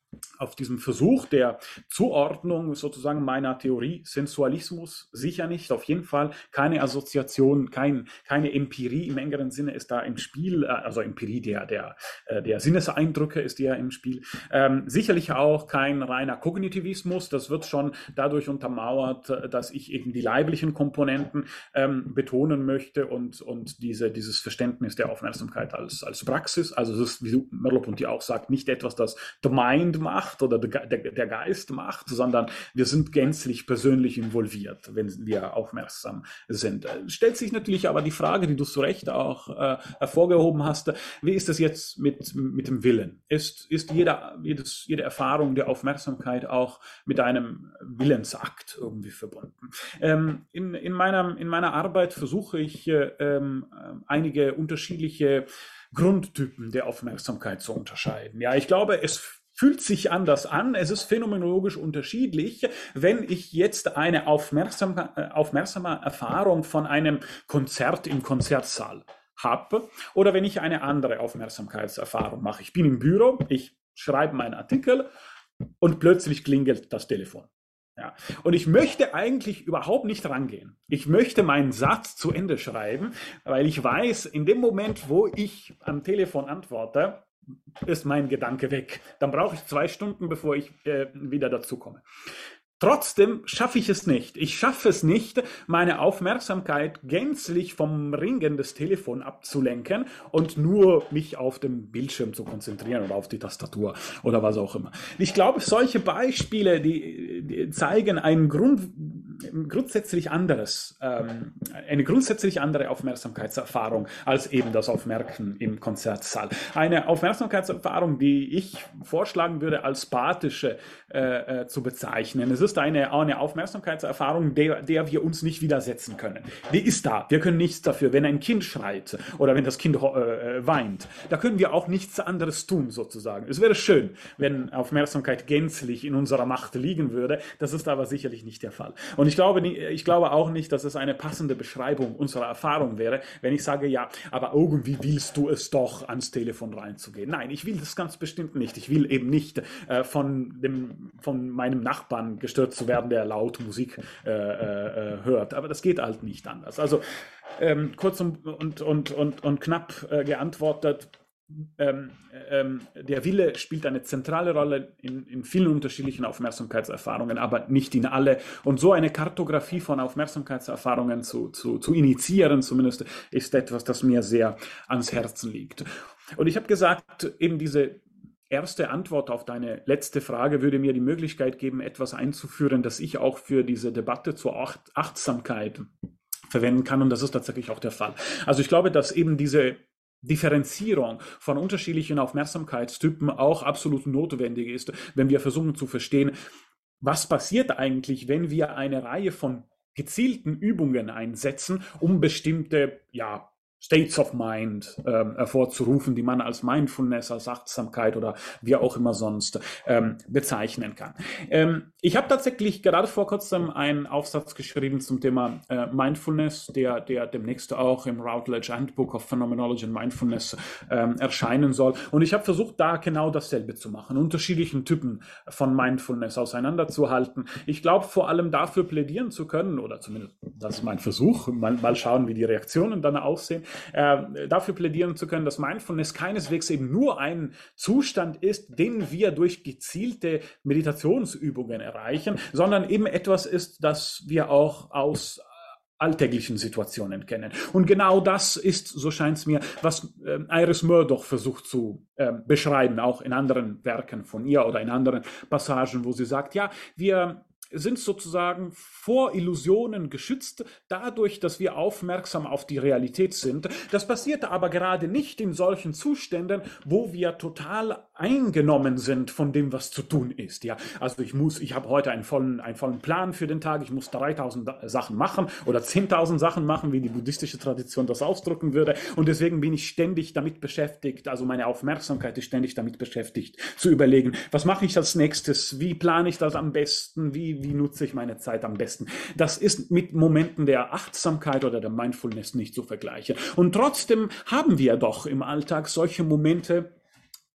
auf diesem Versuch der Zuordnung sozusagen meiner Theorie Sensualismus sicher nicht, auf jeden Fall keine Assoziation, kein, keine Empirie im engeren Sinne ist da im Spiel, also Empirie der, der, der Sinneseindrücke ist ja im Spiel. Ähm, sicherlich auch kein reiner Kognitivismus, das wird schon dadurch untermauert, dass ich eben die leiblichen Komponenten ähm, betonen möchte und, und diese, dieses Verständnis der Aufmerksamkeit als, als Praxis, also es ist, wie Merleau-Ponty auch sagt, nicht etwas, das the mind macht oder der, der, der Geist macht, sondern wir sind gänzlich persönlich involviert, wenn wir aufmerksam sind. Stellt sich natürlich aber die Frage, die du zu Recht auch äh, hervorgehoben hast, wie ist es jetzt mit, mit dem Willen? Ist, ist jeder, jedes, jede Erfahrung der Aufmerksamkeit auch mit einem Willensakt irgendwie verbunden? Ähm, in, in, meiner, in meiner Arbeit versuche ich äh, ähm, einige unterschiedliche Grundtypen der Aufmerksamkeit zu unterscheiden. Ja, ich glaube, es fühlt sich anders an. Es ist phänomenologisch unterschiedlich, wenn ich jetzt eine aufmerksame, aufmerksame Erfahrung von einem Konzert im Konzertsaal habe oder wenn ich eine andere Aufmerksamkeitserfahrung mache. Ich bin im Büro, ich schreibe meinen Artikel und plötzlich klingelt das Telefon. Ja. Und ich möchte eigentlich überhaupt nicht rangehen. Ich möchte meinen Satz zu Ende schreiben, weil ich weiß, in dem Moment, wo ich am Telefon antworte, ist mein Gedanke weg. Dann brauche ich zwei Stunden, bevor ich äh, wieder dazu komme. Trotzdem schaffe ich es nicht. Ich schaffe es nicht, meine Aufmerksamkeit gänzlich vom Ringen des Telefons abzulenken und nur mich auf den Bildschirm zu konzentrieren oder auf die Tastatur oder was auch immer. Ich glaube, solche Beispiele, die, die zeigen ein Grund, grundsätzlich anderes, ähm, eine grundsätzlich andere Aufmerksamkeitserfahrung als eben das Aufmerken im Konzertsaal. Eine Aufmerksamkeitserfahrung, die ich vorschlagen würde, als spathische äh, äh, zu bezeichnen. Es ist eine, eine Aufmerksamkeitserfahrung, der, der wir uns nicht widersetzen können. Die ist da. Wir können nichts dafür. Wenn ein Kind schreit oder wenn das Kind äh, weint, da können wir auch nichts anderes tun, sozusagen. Es wäre schön, wenn Aufmerksamkeit gänzlich in unserer Macht liegen würde. Das ist aber sicherlich nicht der Fall. Und ich glaube, ich glaube auch nicht, dass es eine passende Beschreibung unserer Erfahrung wäre, wenn ich sage, ja, aber irgendwie willst du es doch, ans Telefon reinzugehen. Nein, ich will das ganz bestimmt nicht. Ich will eben nicht äh, von, dem, von meinem Nachbarn gestört zu werden, der laut Musik äh, äh, hört. Aber das geht halt nicht anders. Also ähm, kurz und, und, und, und, und knapp äh, geantwortet, Ähm, ähm, der Wille spielt eine zentrale Rolle in, in vielen unterschiedlichen Aufmerksamkeitserfahrungen, aber nicht in alle. Und so eine Kartografie von Aufmerksamkeitserfahrungen zu, zu, zu initiieren zumindest, ist etwas, das mir sehr ans Herzen liegt. Und ich habe gesagt, eben diese erste Antwort auf deine letzte Frage würde mir die Möglichkeit geben, etwas einzuführen, das ich auch für diese Debatte zur Acht- Achtsamkeit verwenden kann. Und das ist tatsächlich auch der Fall. Also ich glaube, dass eben diese Differenzierung von unterschiedlichen Aufmerksamkeitstypen auch absolut notwendig ist, wenn wir versuchen zu verstehen, was passiert eigentlich, wenn wir eine Reihe von gezielten Übungen einsetzen, um bestimmte, ja, States of Mind ähm, hervorzurufen, die man als Mindfulness, als Achtsamkeit oder wie auch immer sonst ähm, bezeichnen kann. Ähm, ich habe tatsächlich gerade vor kurzem einen Aufsatz geschrieben zum Thema äh, Mindfulness, der, der demnächst auch im Routledge Handbook of Phenomenology and Mindfulness ähm, erscheinen soll. Und ich habe versucht, da genau dasselbe zu machen, unterschiedlichen Typen von Mindfulness auseinanderzuhalten. Ich glaube, vor allem dafür plädieren zu können, oder zumindest das ist mein Versuch, mal, mal schauen, wie die Reaktionen dann aussehen, Äh, dafür plädieren zu können, dass Mindfulness keineswegs eben nur ein Zustand ist, den wir durch gezielte Meditationsübungen erreichen, sondern eben etwas ist, das wir auch aus alltäglichen Situationen kennen. Und genau das ist, so scheint es mir, was äh, Iris Murdoch versucht zu äh, beschreiben, auch in anderen Werken von ihr oder in anderen Passagen, wo sie sagt, ja, wir sind sozusagen vor Illusionen geschützt, dadurch, dass wir aufmerksam auf die Realität sind. Das passiert aber gerade nicht in solchen Zuständen, wo wir total eingenommen sind von dem, was zu tun ist. Ja, also ich muss, ich habe heute einen vollen, einen vollen Plan für den Tag, ich muss dreitausend Sachen machen oder zehntausend Sachen machen, wie die buddhistische Tradition das ausdrücken würde. Und deswegen bin ich ständig damit beschäftigt, also meine Aufmerksamkeit ist ständig damit beschäftigt, zu überlegen, was mache ich als nächstes, wie plane ich das am besten, wie Wie nutze ich meine Zeit am besten? Das ist mit Momenten der Achtsamkeit oder der Mindfulness nicht zu vergleichen. Und trotzdem haben wir doch im Alltag solche Momente,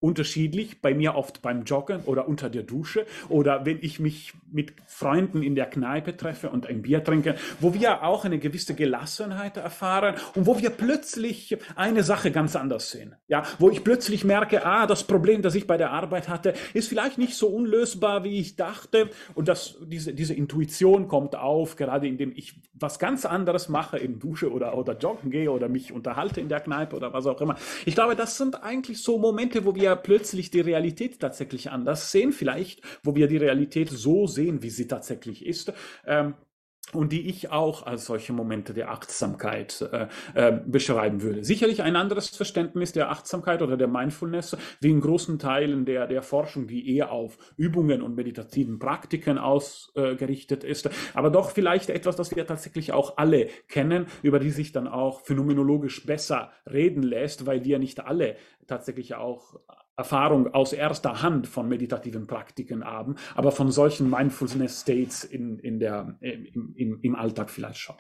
unterschiedlich, bei mir oft beim Joggen oder unter der Dusche oder wenn ich mich mit Freunden in der Kneipe treffe und ein Bier trinke, wo wir auch eine gewisse Gelassenheit erfahren und wo wir plötzlich eine Sache ganz anders sehen. Ja, wo ich plötzlich merke, ah, das Problem, das ich bei der Arbeit hatte, ist vielleicht nicht so unlösbar, wie ich dachte, und das, diese, diese Intuition kommt auf, gerade indem ich was ganz anderes mache, eben Dusche oder, oder joggen gehe oder mich unterhalte in der Kneipe oder was auch immer. Ich glaube, das sind eigentlich so Momente, wo wir plötzlich die Realität tatsächlich anders sehen, vielleicht, wo wir die Realität so sehen, wie sie tatsächlich ist, ähm, und die ich auch als solche Momente der Achtsamkeit äh, äh, beschreiben würde. Sicherlich ein anderes Verständnis der Achtsamkeit oder der Mindfulness, wie in großen Teilen der, der Forschung, die eher auf Übungen und meditativen Praktiken ausgerichtet äh, ist, aber doch vielleicht etwas, das wir tatsächlich auch alle kennen, über die sich dann auch phänomenologisch besser reden lässt, weil wir nicht alle tatsächlich auch Erfahrung aus erster Hand von meditativen Praktiken haben, aber von solchen Mindfulness-States in, in der, im, im, im Alltag vielleicht schon.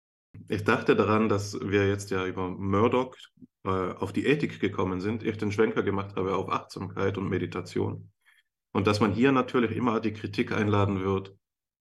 Ich dachte daran, dass wir jetzt ja über Murdoch äh, auf die Ethik gekommen sind, ich den Schwenker gemacht habe auf Achtsamkeit und Meditation. Und dass man hier natürlich immer die Kritik einladen wird,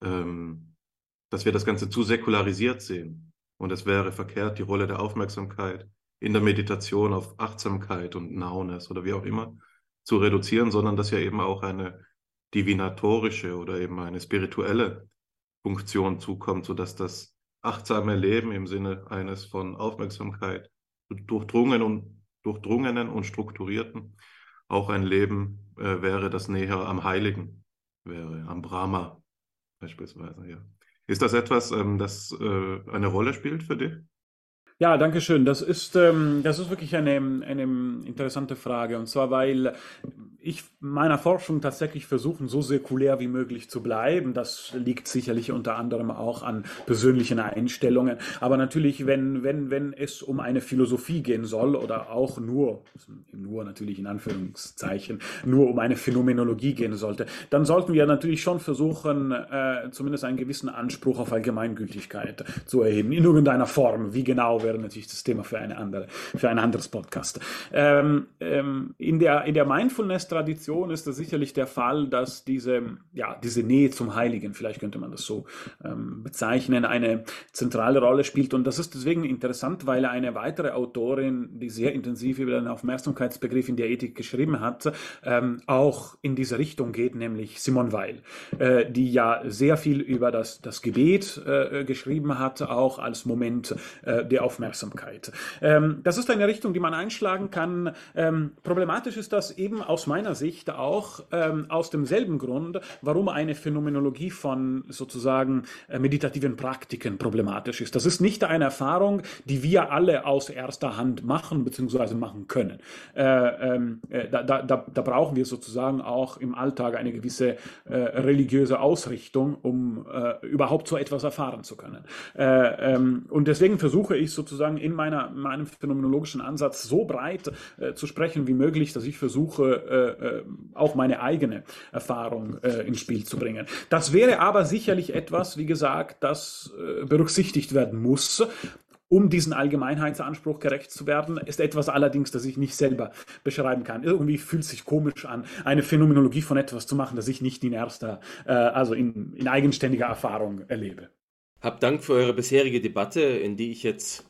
ähm, dass wir das Ganze zu säkularisiert sehen. Und es wäre verkehrt, die Rolle der Aufmerksamkeit in der Meditation auf Achtsamkeit und Nowness oder wie auch immer zu reduzieren, sondern dass ja eben auch eine divinatorische oder eben eine spirituelle Funktion zukommt, sodass das achtsame Leben im Sinne eines von Aufmerksamkeit durchdrungen und, durchdrungenen und strukturierten auch ein Leben äh, wäre, das näher am Heiligen wäre, am Brahma beispielsweise. Ja. Ist das etwas, ähm, das äh, eine Rolle spielt für dich? Ja, danke schön. Das ist, ähm, das ist wirklich eine, eine interessante Frage. Und zwar, weil ich meiner Forschung tatsächlich versuche, so säkulär wie möglich zu bleiben. Das liegt sicherlich unter anderem auch an persönlichen Einstellungen. Aber natürlich, wenn, wenn, wenn es um eine Philosophie gehen soll oder auch nur, nur natürlich in Anführungszeichen, nur um eine Phänomenologie gehen sollte, dann sollten wir natürlich schon versuchen, äh, zumindest einen gewissen Anspruch auf Allgemeingültigkeit zu erheben. In irgendeiner Form. Wie genau wäre natürlich das Thema für eine andere, für ein anderes Podcast. Ähm, ähm, in der, in der Mindfulness-Tradition ist das sicherlich der Fall, dass diese, ja, diese Nähe zum Heiligen, vielleicht könnte man das so ähm, bezeichnen, eine zentrale Rolle spielt. Und das ist deswegen interessant, weil eine weitere Autorin, die sehr intensiv über den Aufmerksamkeitsbegriff in der Ethik geschrieben hat, ähm, auch in diese Richtung geht, nämlich Simone Weil, äh, die ja sehr viel über das, das Gebet äh, geschrieben hat, auch als Moment äh, der Aufmerksamkeit. Aufmerksamkeit. Ähm, das ist eine Richtung, die man einschlagen kann. Ähm, problematisch ist das eben aus meiner Sicht auch ähm, aus demselben Grund, warum eine Phänomenologie von sozusagen äh, meditativen Praktiken problematisch ist. Das ist nicht eine Erfahrung, die wir alle aus erster Hand machen bzw. machen können. Äh, ähm, äh, da, da, da brauchen wir sozusagen auch im Alltag eine gewisse äh, religiöse Ausrichtung, um äh, überhaupt so etwas erfahren zu können. Äh, ähm, und deswegen versuche ich sozusagen sozusagen in meiner, meinem phänomenologischen Ansatz so breit äh, zu sprechen wie möglich, dass ich versuche, äh, äh, auch meine eigene Erfahrung äh, ins Spiel zu bringen. Das wäre aber sicherlich etwas, wie gesagt, das äh, berücksichtigt werden muss, um diesen Allgemeinheitsanspruch gerecht zu werden, ist etwas allerdings, das ich nicht selber beschreiben kann. Irgendwie fühlt es sich komisch an, eine Phänomenologie von etwas zu machen, das ich nicht in erster, äh, also in, in eigenständiger Erfahrung erlebe. Hab Dank für eure bisherige Debatte, in die ich jetzt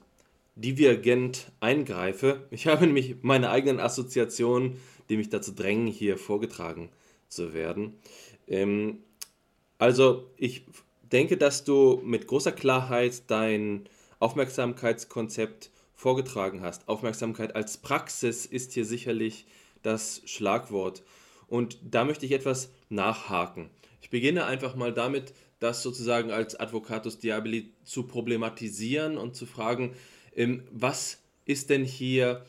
divergent eingreife. Ich habe nämlich meine eigenen Assoziationen, die mich dazu drängen, hier vorgetragen zu werden. Ähm, also ich denke, dass du mit großer Klarheit dein Aufmerksamkeitskonzept vorgetragen hast. Aufmerksamkeit als Praxis ist hier sicherlich das Schlagwort. Und da möchte ich etwas nachhaken. Ich beginne einfach mal damit, das sozusagen als Advocatus Diaboli zu problematisieren und zu fragen, was ist denn hier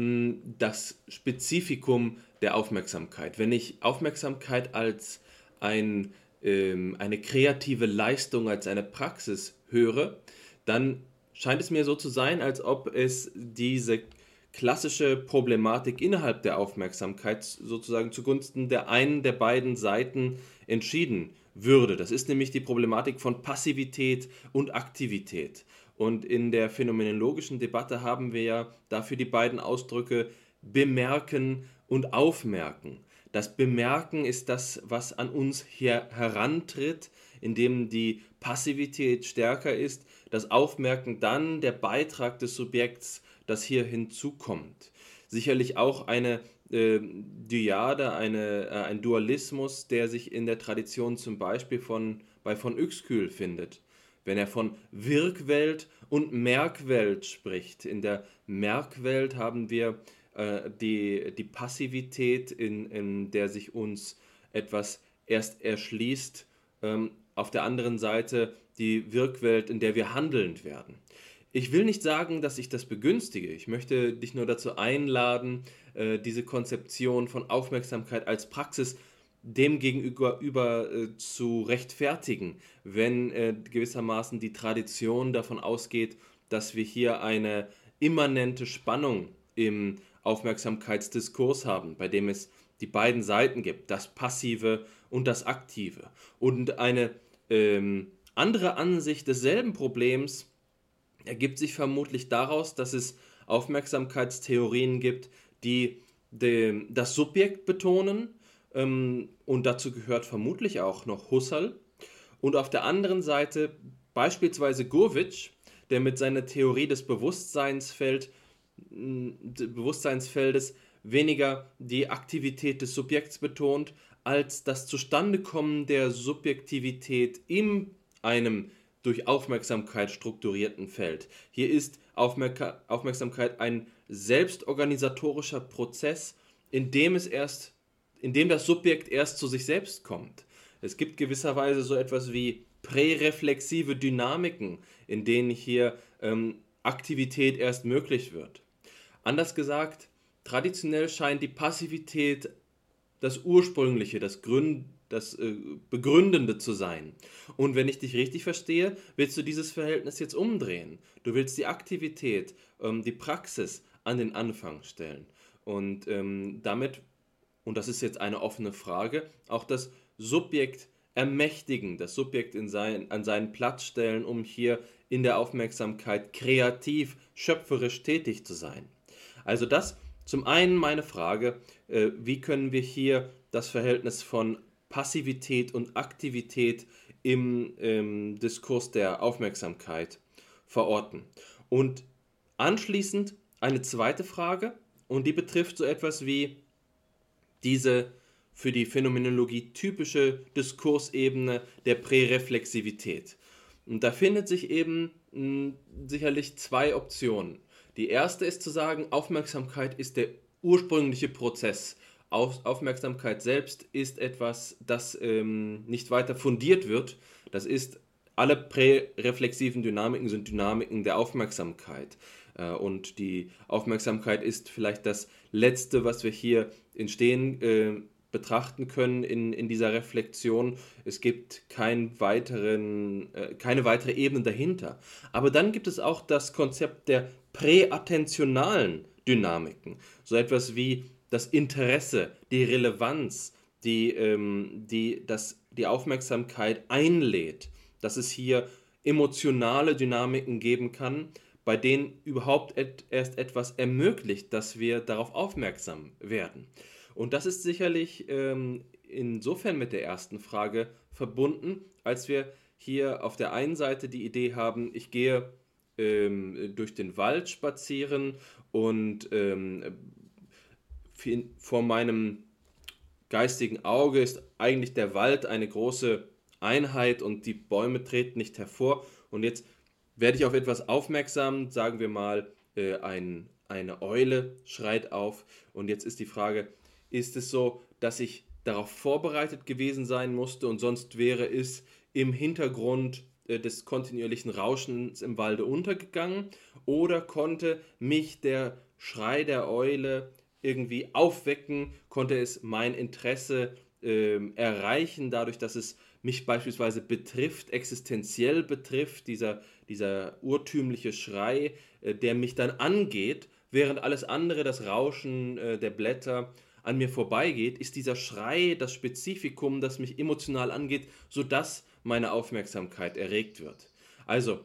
das Spezifikum der Aufmerksamkeit? Wenn ich Aufmerksamkeit als ein, eine kreative Leistung, als eine Praxis höre, dann scheint es mir so zu sein, als ob es diese klassische Problematik innerhalb der Aufmerksamkeit sozusagen zugunsten der einen der beiden Seiten entschieden würde. Das ist nämlich die Problematik von Passivität und Aktivität. Und in der phänomenologischen Debatte haben wir ja dafür die beiden Ausdrücke Bemerken und Aufmerken. Das Bemerken ist das, was an uns hier herantritt, indem die Passivität stärker ist. Das Aufmerken dann der Beitrag des Subjekts, das hier hinzukommt. Sicherlich auch eine äh, Dyade, eine, äh, ein Dualismus, der sich in der Tradition zum Beispiel von, bei von Uexküll findet. Wenn er von Wirkwelt und Merkwelt spricht. In der Merkwelt haben wir äh, die, die Passivität, in, in der sich uns etwas erst erschließt. Ähm, auf der anderen Seite die Wirkwelt, in der wir handelnd werden. Ich will nicht sagen, dass ich das begünstige. Ich möchte dich nur dazu einladen, äh, diese Konzeption von Aufmerksamkeit als Praxis dem gegenüber über, äh, zu rechtfertigen, wenn äh, gewissermaßen die Tradition davon ausgeht, dass wir hier eine immanente Spannung im Aufmerksamkeitsdiskurs haben, bei dem es die beiden Seiten gibt, das Passive und das Aktive. Und eine ähm, andere Ansicht desselben Problems ergibt sich vermutlich daraus, dass es Aufmerksamkeitstheorien gibt, die de, das Subjekt betonen, ähm, und dazu gehört vermutlich auch noch Husserl. Und auf der anderen Seite beispielsweise Gurwitsch, der mit seiner Theorie des Bewusstseinsfeld, des Bewusstseinsfeldes weniger die Aktivität des Subjekts betont, als das Zustandekommen der Subjektivität in einem durch Aufmerksamkeit strukturierten Feld. Hier ist Aufmerk- Aufmerksamkeit ein selbstorganisatorischer Prozess, in dem es erst, in dem das Subjekt erst zu sich selbst kommt. Es gibt gewisserweise so etwas wie präreflexive Dynamiken, in denen hier ähm, Aktivität erst möglich wird. Anders gesagt, traditionell scheint die Passivität das Ursprüngliche, das, Gründ, das äh, Begründende zu sein. Und wenn ich dich richtig verstehe, willst du dieses Verhältnis jetzt umdrehen. Du willst die Aktivität, ähm, die Praxis an den Anfang stellen. Und ähm, damit, und das ist jetzt eine offene Frage, auch das Subjekt ermächtigen, das Subjekt in sein, an seinen Platz stellen, um hier in der Aufmerksamkeit kreativ, schöpferisch tätig zu sein. Also das zum einen meine Frage, äh, wie können wir hier das Verhältnis von Passivität und Aktivität im ähm, Diskurs der Aufmerksamkeit verorten. Und anschließend eine zweite Frage, und die betrifft so etwas wie diese für die Phänomenologie typische Diskursebene der Präreflexivität. Und da findet sich eben mh, sicherlich zwei Optionen. Die erste ist zu sagen, Aufmerksamkeit ist der ursprüngliche Prozess. Auf, Aufmerksamkeit selbst ist etwas, das ähm, nicht weiter fundiert wird. Das ist, alle präreflexiven Dynamiken sind Dynamiken der Aufmerksamkeit. Äh, und die Aufmerksamkeit ist vielleicht das Letzte, was wir hier entstehen äh, betrachten können in, in dieser Reflexion. Es gibt keinen weiteren, äh, keine weitere Ebene dahinter. Aber dann gibt es auch das Konzept der präattentionalen Dynamiken. So etwas wie das Interesse, die Relevanz, die, ähm, die, das, die Aufmerksamkeit einlädt. Dass es hier emotionale Dynamiken geben kann, bei denen überhaupt et, erst etwas ermöglicht, dass wir darauf aufmerksam werden. Und das ist sicherlich ähm, insofern mit der ersten Frage verbunden, als wir hier auf der einen Seite die Idee haben, ich gehe ähm, durch den Wald spazieren und ähm, vor meinem geistigen Auge ist eigentlich der Wald eine große Einheit und die Bäume treten nicht hervor. Und jetzt werde ich auf etwas aufmerksam, sagen wir mal, äh, ein, eine Eule schreit auf. Und jetzt ist die Frage, ist es so, dass ich darauf vorbereitet gewesen sein musste und sonst wäre es im Hintergrund äh, des kontinuierlichen Rauschens im Walde untergegangen? Oder konnte mich der Schrei der Eule irgendwie aufwecken, konnte es mein Interesse äh, erreichen, dadurch, dass es mich beispielsweise betrifft, existenziell betrifft, dieser, dieser urtümliche Schrei, äh, der mich dann angeht, während alles andere, das Rauschen äh, der Blätter, an mir vorbeigeht, ist dieser Schrei das Spezifikum, das mich emotional angeht, sodass meine Aufmerksamkeit erregt wird. Also,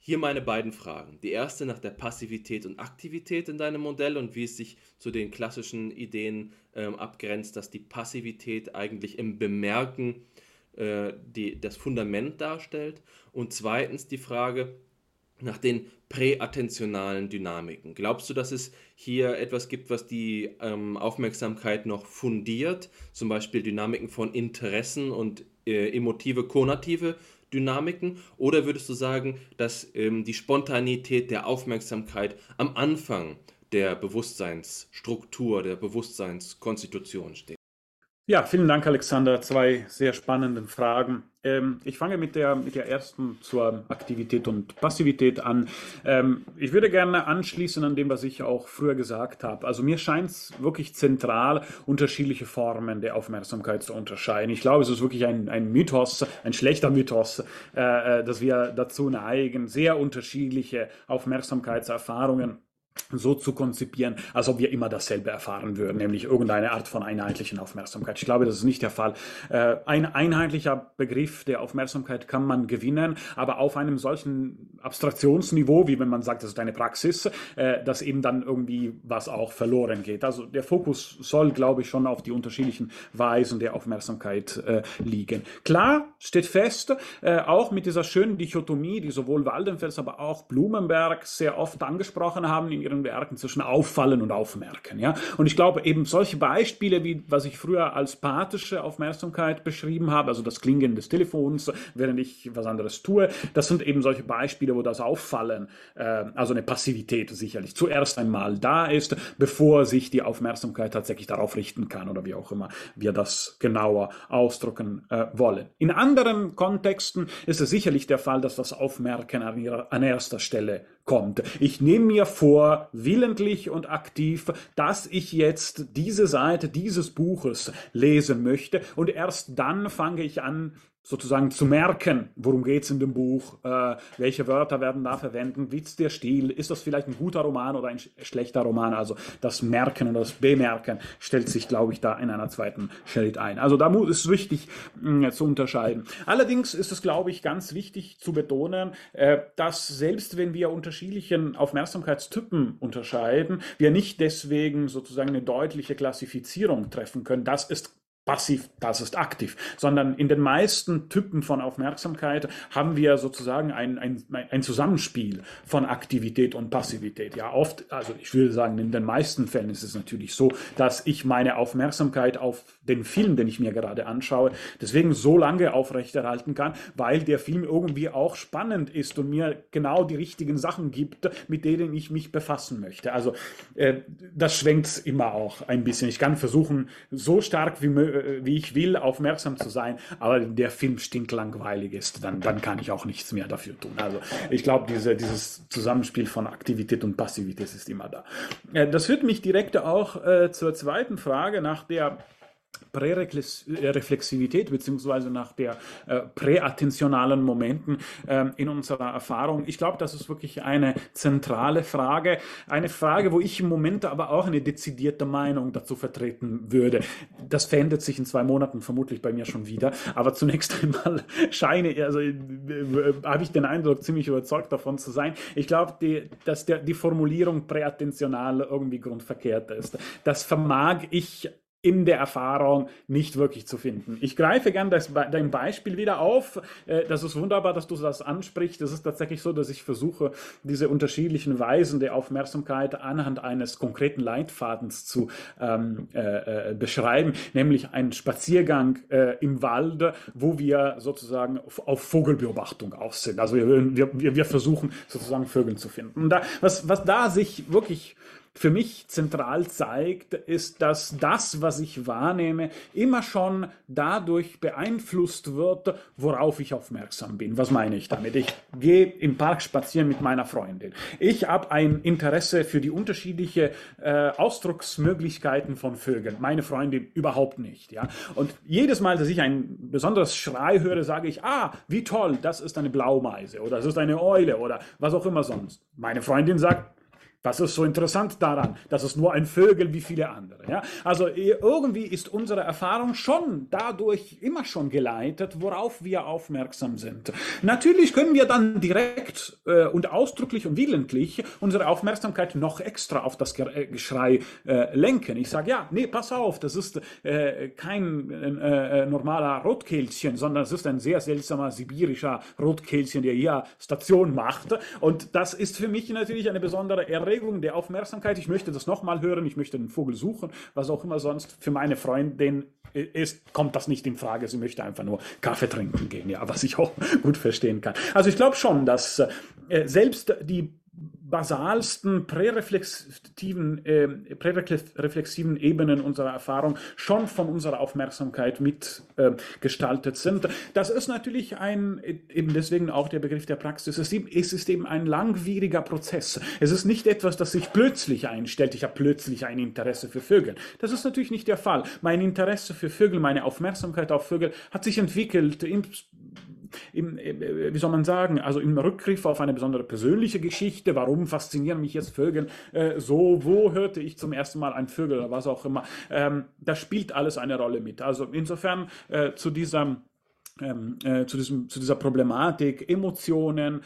Hier meine beiden Fragen. Die erste nach der Passivität und Aktivität in deinem Modell und wie es sich zu den klassischen Ideen ähm, abgrenzt, dass die Passivität eigentlich im Bemerken äh, die, das Fundament darstellt. Und zweitens die Frage nach den präattentionalen Dynamiken. Glaubst du, dass es hier etwas gibt, was die ähm, Aufmerksamkeit noch fundiert? Zum Beispiel Dynamiken von Interessen und äh, emotive, konative Dynamiken, oder würdest du sagen, dass ähm, die Spontanität der Aufmerksamkeit am Anfang der Bewusstseinsstruktur, der Bewusstseinskonstitution steht? Ja, vielen Dank, Alexander. Zwei sehr spannende Fragen. Ähm, ich fange mit der, mit der ersten zur Aktivität und Passivität an. Ähm, ich würde gerne anschließen an dem, was ich auch früher gesagt habe. Also mir scheint es wirklich zentral, unterschiedliche Formen der Aufmerksamkeit zu unterscheiden. Ich glaube, es ist wirklich ein, ein Mythos, ein schlechter Mythos, äh, dass wir dazu neigen, sehr unterschiedliche Aufmerksamkeitserfahrungen so zu konzipieren, als ob wir immer dasselbe erfahren würden, nämlich irgendeine Art von einheitlichen Aufmerksamkeit. Ich glaube, das ist nicht der Fall. Äh, ein einheitlicher Begriff der Aufmerksamkeit kann man gewinnen, aber auf einem solchen Abstraktionsniveau, wie wenn man sagt, das ist eine Praxis, äh, dass eben dann irgendwie was auch verloren geht. Also der Fokus soll, glaube ich, schon auf die unterschiedlichen Weisen der Aufmerksamkeit äh, liegen. Klar, steht fest, äh, auch mit dieser schönen Dichotomie, die sowohl Waldenfels, aber auch Blumenberg sehr oft angesprochen haben in ihren Werken, zwischen Auffallen und Aufmerken. Ja? Und ich glaube, eben solche Beispiele, wie was ich früher als pathische Aufmerksamkeit beschrieben habe, also das Klingeln des Telefons, während ich was anderes tue, das sind eben solche Beispiele, wo das Auffallen, äh, also eine Passivität sicherlich zuerst einmal da ist, bevor sich die Aufmerksamkeit tatsächlich darauf richten kann oder wie auch immer wir das genauer ausdrücken äh, wollen. In anderen Kontexten ist es sicherlich der Fall, dass das Aufmerken an, ihrer, an erster Stelle kommt. Ich nehme mir vor, willentlich und aktiv, dass ich jetzt diese Seite dieses Buches lesen möchte, und erst dann fange ich an, sozusagen zu merken, worum geht es in dem Buch, äh, welche Wörter werden da verwendet, wie ist der Stil, ist das vielleicht ein guter Roman oder ein sch schlechter Roman, also das Merken und das Bemerken stellt sich, glaube ich, da in einer zweiten Schritt ein. Also da ist es wichtig mh, zu unterscheiden. Allerdings ist es, glaube ich, ganz wichtig zu betonen, äh, dass selbst wenn wir unterschiedlichen Aufmerksamkeitstypen unterscheiden, wir nicht deswegen sozusagen eine deutliche Klassifizierung treffen können. Das ist passiv, das ist aktiv, sondern in den meisten Typen von Aufmerksamkeit haben wir sozusagen ein, ein, ein Zusammenspiel von Aktivität und Passivität. Ja, oft, also ich würde sagen, in den meisten Fällen ist es natürlich so, dass ich meine Aufmerksamkeit auf den Film, den ich mir gerade anschaue, deswegen so lange aufrechterhalten kann, weil der Film irgendwie auch spannend ist und mir genau die richtigen Sachen gibt, mit denen ich mich befassen möchte. Also äh, das schwenkt immer auch ein bisschen. Ich kann versuchen, so stark wie möglich wie ich will, aufmerksam zu sein, aber der Film stinklangweilig ist, dann, dann kann ich auch nichts mehr dafür tun. Also ich glaube, diese, dieses Zusammenspiel von Aktivität und Passivität ist immer da. Das führt mich direkt auch äh, zur zweiten Frage nach der Präreflexivität beziehungsweise nach der äh, präattentionalen Momenten äh, in unserer Erfahrung. Ich glaube, das ist wirklich eine zentrale Frage, eine Frage, wo ich im Moment aber auch eine dezidierte Meinung dazu vertreten würde. Das verändert sich in zwei Monaten vermutlich bei mir schon wieder, aber zunächst einmal scheine, also äh, äh, habe ich den Eindruck, ziemlich überzeugt davon zu sein. Ich glaube, die, dass der, die Formulierung präattentional irgendwie grundverkehrt ist. Das vermag ich in der Erfahrung nicht wirklich zu finden. Ich greife gern das, dein Beispiel wieder auf. Das ist wunderbar, dass du das ansprichst. Es ist tatsächlich so, dass ich versuche, diese unterschiedlichen Weisen der Aufmerksamkeit anhand eines konkreten Leitfadens zu ähm, äh, beschreiben, nämlich einen Spaziergang äh, im Wald, wo wir sozusagen auf Vogelbeobachtung aus sind. Also wir, wir, wir versuchen sozusagen Vögel zu finden. Und da, was, was da sich wirklich für mich zentral zeigt, ist, dass das, was ich wahrnehme, immer schon dadurch beeinflusst wird, worauf ich aufmerksam bin. Was meine ich damit? Ich gehe im Park spazieren mit meiner Freundin. Ich habe ein Interesse für die unterschiedlichen äh, Ausdrucksmöglichkeiten von Vögeln. Meine Freundin überhaupt nicht. Ja? Und jedes Mal, dass ich ein besonderes Schrei höre, sage ich, ah, wie toll, das ist eine Blaumeise oder das ist eine Eule oder was auch immer sonst. Meine Freundin sagt, Was ist so interessant daran? Das ist nur ein Vögel wie viele andere. Ja? Also irgendwie ist unsere Erfahrung schon dadurch immer schon geleitet, worauf wir aufmerksam sind. Natürlich können wir dann direkt äh, und ausdrücklich und willentlich unsere Aufmerksamkeit noch extra auf das Geschrei äh, lenken. Ich sage, ja, nee, pass auf, das ist äh, kein äh, normaler Rotkehlchen, sondern es ist ein sehr seltsamer sibirischer Rotkehlchen, der hier Station macht. Und das ist für mich natürlich eine besondere Erregung der Aufmerksamkeit. Ich möchte das nochmal hören, ich möchte den Vogel suchen, was auch immer sonst. Für meine Freundin ist, kommt das nicht in Frage. Sie möchte einfach nur Kaffee trinken gehen, ja, was ich auch gut verstehen kann. Also ich glaube schon, dass äh, selbst die basalsten präreflexiven, äh, präreflexiven Ebenen unserer Erfahrung schon von unserer Aufmerksamkeit mitgestaltet äh, sind. Das ist natürlich ein, eben deswegen auch der Begriff der Praxis, es ist, es ist eben ein langwieriger Prozess. Es ist nicht etwas, das sich plötzlich einstellt. Ich habe plötzlich ein Interesse für Vögel. Das ist natürlich nicht der Fall. Mein Interesse für Vögel, meine Aufmerksamkeit auf Vögel hat sich entwickelt im Im, wie soll man sagen, also im Rückgriff auf eine besondere persönliche Geschichte. Warum faszinieren mich jetzt Vögel äh, so? Wo hörte ich zum ersten Mal einen Vögel oder was auch immer? Ähm, das spielt alles eine Rolle mit. Also insofern äh, zu dieser Ähm, äh, zu, diesem, zu dieser Problematik, Emotionen,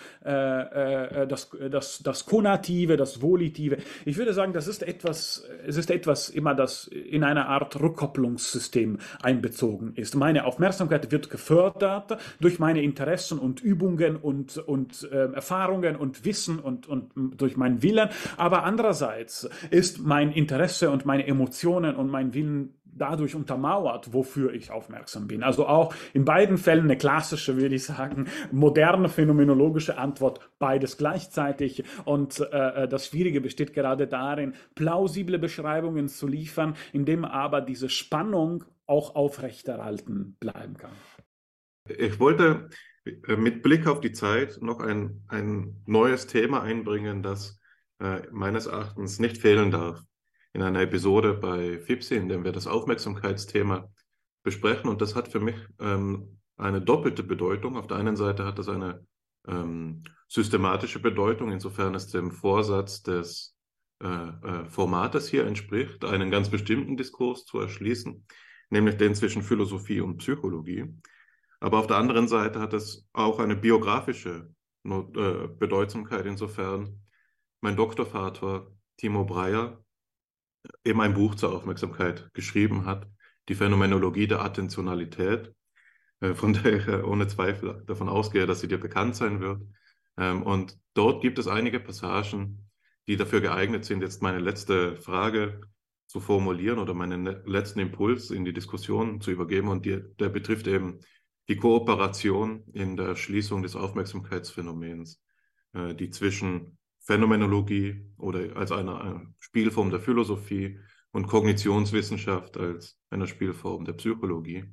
äh, äh, das, das, das Konative, das Volitive. Ich würde sagen, das ist etwas, es ist etwas immer, das in einer Art Rückkopplungssystem einbezogen ist. Meine Aufmerksamkeit wird gefördert durch meine Interessen und Übungen und, und äh, Erfahrungen und Wissen und, und durch meinen Willen. Aber andererseits ist mein Interesse und meine Emotionen und mein Willen dadurch untermauert, wofür ich aufmerksam bin. Also auch in beiden Fällen eine klassische, würde ich sagen, moderne phänomenologische Antwort, beides gleichzeitig. Und äh, das Schwierige besteht gerade darin, plausible Beschreibungen zu liefern, indem aber diese Spannung auch aufrechterhalten bleiben kann. Ich wollte mit Blick auf die Zeit noch ein, ein neues Thema einbringen, das äh, meines Erachtens nicht fehlen darf in einer Episode bei FIPSI, in der wir das Aufmerksamkeitsthema besprechen. Und das hat für mich ähm, eine doppelte Bedeutung. Auf der einen Seite hat es eine ähm, systematische Bedeutung, insofern es dem Vorsatz des äh, äh, Formates hier entspricht, einen ganz bestimmten Diskurs zu erschließen, nämlich den zwischen Philosophie und Psychologie. Aber auf der anderen Seite hat es auch eine biografische Not, äh, Bedeutsamkeit, insofern mein Doktorvater Timo Breyer eben ein Buch zur Aufmerksamkeit geschrieben hat, die Phänomenologie der Attentionalität, äh, von der ich ohne Zweifel davon ausgehe, dass sie dir bekannt sein wird. Ähm, und dort gibt es einige Passagen, die dafür geeignet sind, jetzt meine letzte Frage zu formulieren oder meinen letzten Impuls in die Diskussion zu übergeben. Und die, der betrifft eben die Kooperation in der Erschließung des Aufmerksamkeitsphänomens, äh, die zwischen Phänomenologie oder als eine, eine Spielform der Philosophie und Kognitionswissenschaft als eine Spielform der Psychologie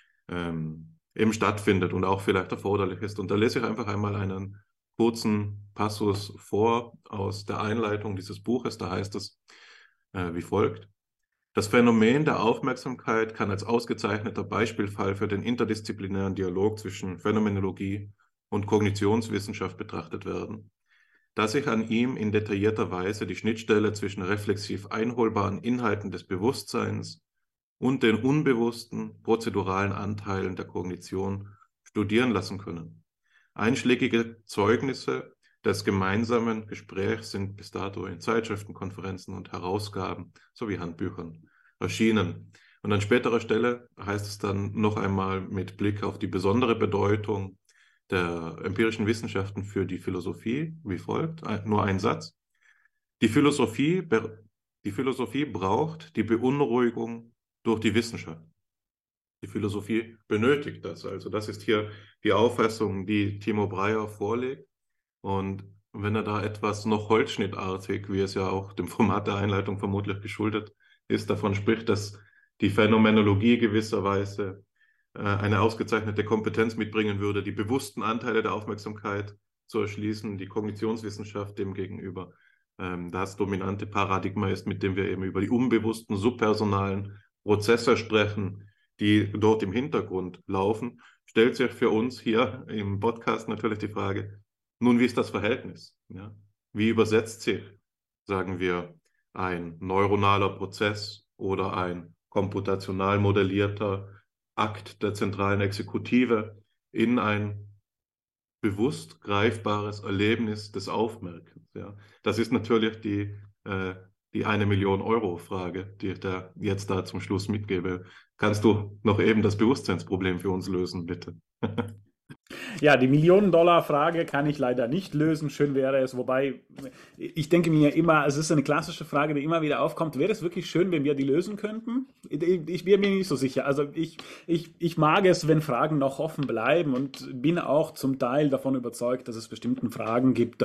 ähm, eben stattfindet und auch vielleicht erforderlich ist. Und da lese ich einfach einmal einen kurzen Passus vor aus der Einleitung dieses Buches. Da heißt es äh, wie folgt: Das Phänomen der Aufmerksamkeit kann als ausgezeichneter Beispielfall für den interdisziplinären Dialog zwischen Phänomenologie und Kognitionswissenschaft betrachtet werden, da sich an ihm in detaillierter Weise die Schnittstelle zwischen reflexiv einholbaren Inhalten des Bewusstseins und den unbewussten prozeduralen Anteilen der Kognition studieren lassen können. Einschlägige Zeugnisse des gemeinsamen Gesprächs sind bis dato in Zeitschriften, Konferenzen und Herausgaben sowie Handbüchern erschienen. Und an späterer Stelle heißt es dann noch einmal mit Blick auf die besondere Bedeutung der empirischen Wissenschaften für die Philosophie wie folgt, nur ein Satz. Die Philosophie, die Philosophie braucht die Beunruhigung durch die Wissenschaft. Die Philosophie benötigt das. Also das ist hier die Auffassung, die Timo Breyer vorlegt. Und wenn er da etwas noch holzschnittartig, wie es ja auch dem Format der Einleitung vermutlich geschuldet ist, davon spricht, dass die Phänomenologie gewisserweise eine ausgezeichnete Kompetenz mitbringen würde, die bewussten Anteile der Aufmerksamkeit zu erschließen, die Kognitionswissenschaft demgegenüber ähm, das dominante Paradigma ist, mit dem wir eben über die unbewussten, subpersonalen Prozesse sprechen, die dort im Hintergrund laufen, stellt sich für uns hier im Podcast natürlich die Frage, nun, wie ist das Verhältnis? Ja? Wie übersetzt sich sagen wir, ein neuronaler Prozess oder ein komputational modellierter Akt der zentralen Exekutive in ein bewusst greifbares Erlebnis des Aufmerkens. Ja. Das ist natürlich die, äh, die eine Million Euro Frage, die ich da jetzt da zum Schluss mitgebe. Kannst du noch eben das Bewusstseinsproblem für uns lösen, bitte? Ja, die Millionen-Dollar-Frage kann ich leider nicht lösen. Schön wäre es, wobei ich denke mir immer, es ist eine klassische Frage, die immer wieder aufkommt. Wäre es wirklich schön, wenn wir die lösen könnten? Ich, ich bin mir nicht so sicher. Also ich, ich, ich mag es, wenn Fragen noch offen bleiben und bin auch zum Teil davon überzeugt, dass es bestimmten Fragen gibt,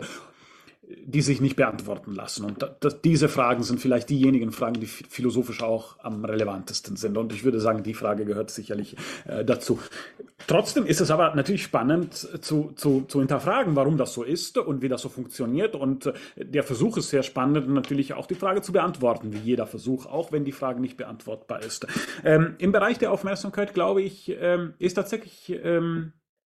die sich nicht beantworten lassen. Und das, diese Fragen sind vielleicht diejenigen Fragen, die philosophisch auch am relevantesten sind. Und ich würde sagen, die Frage gehört sicherlich äh, dazu. Trotzdem ist es aber natürlich spannend zu, zu, zu hinterfragen, warum das so ist und wie das so funktioniert. Und äh, der Versuch ist sehr spannend, natürlich auch die Frage zu beantworten, wie jeder Versuch, auch wenn die Frage nicht beantwortbar ist. Ähm, im Bereich der Aufmerksamkeit, glaube ich, ähm, ist tatsächlich... Ähm,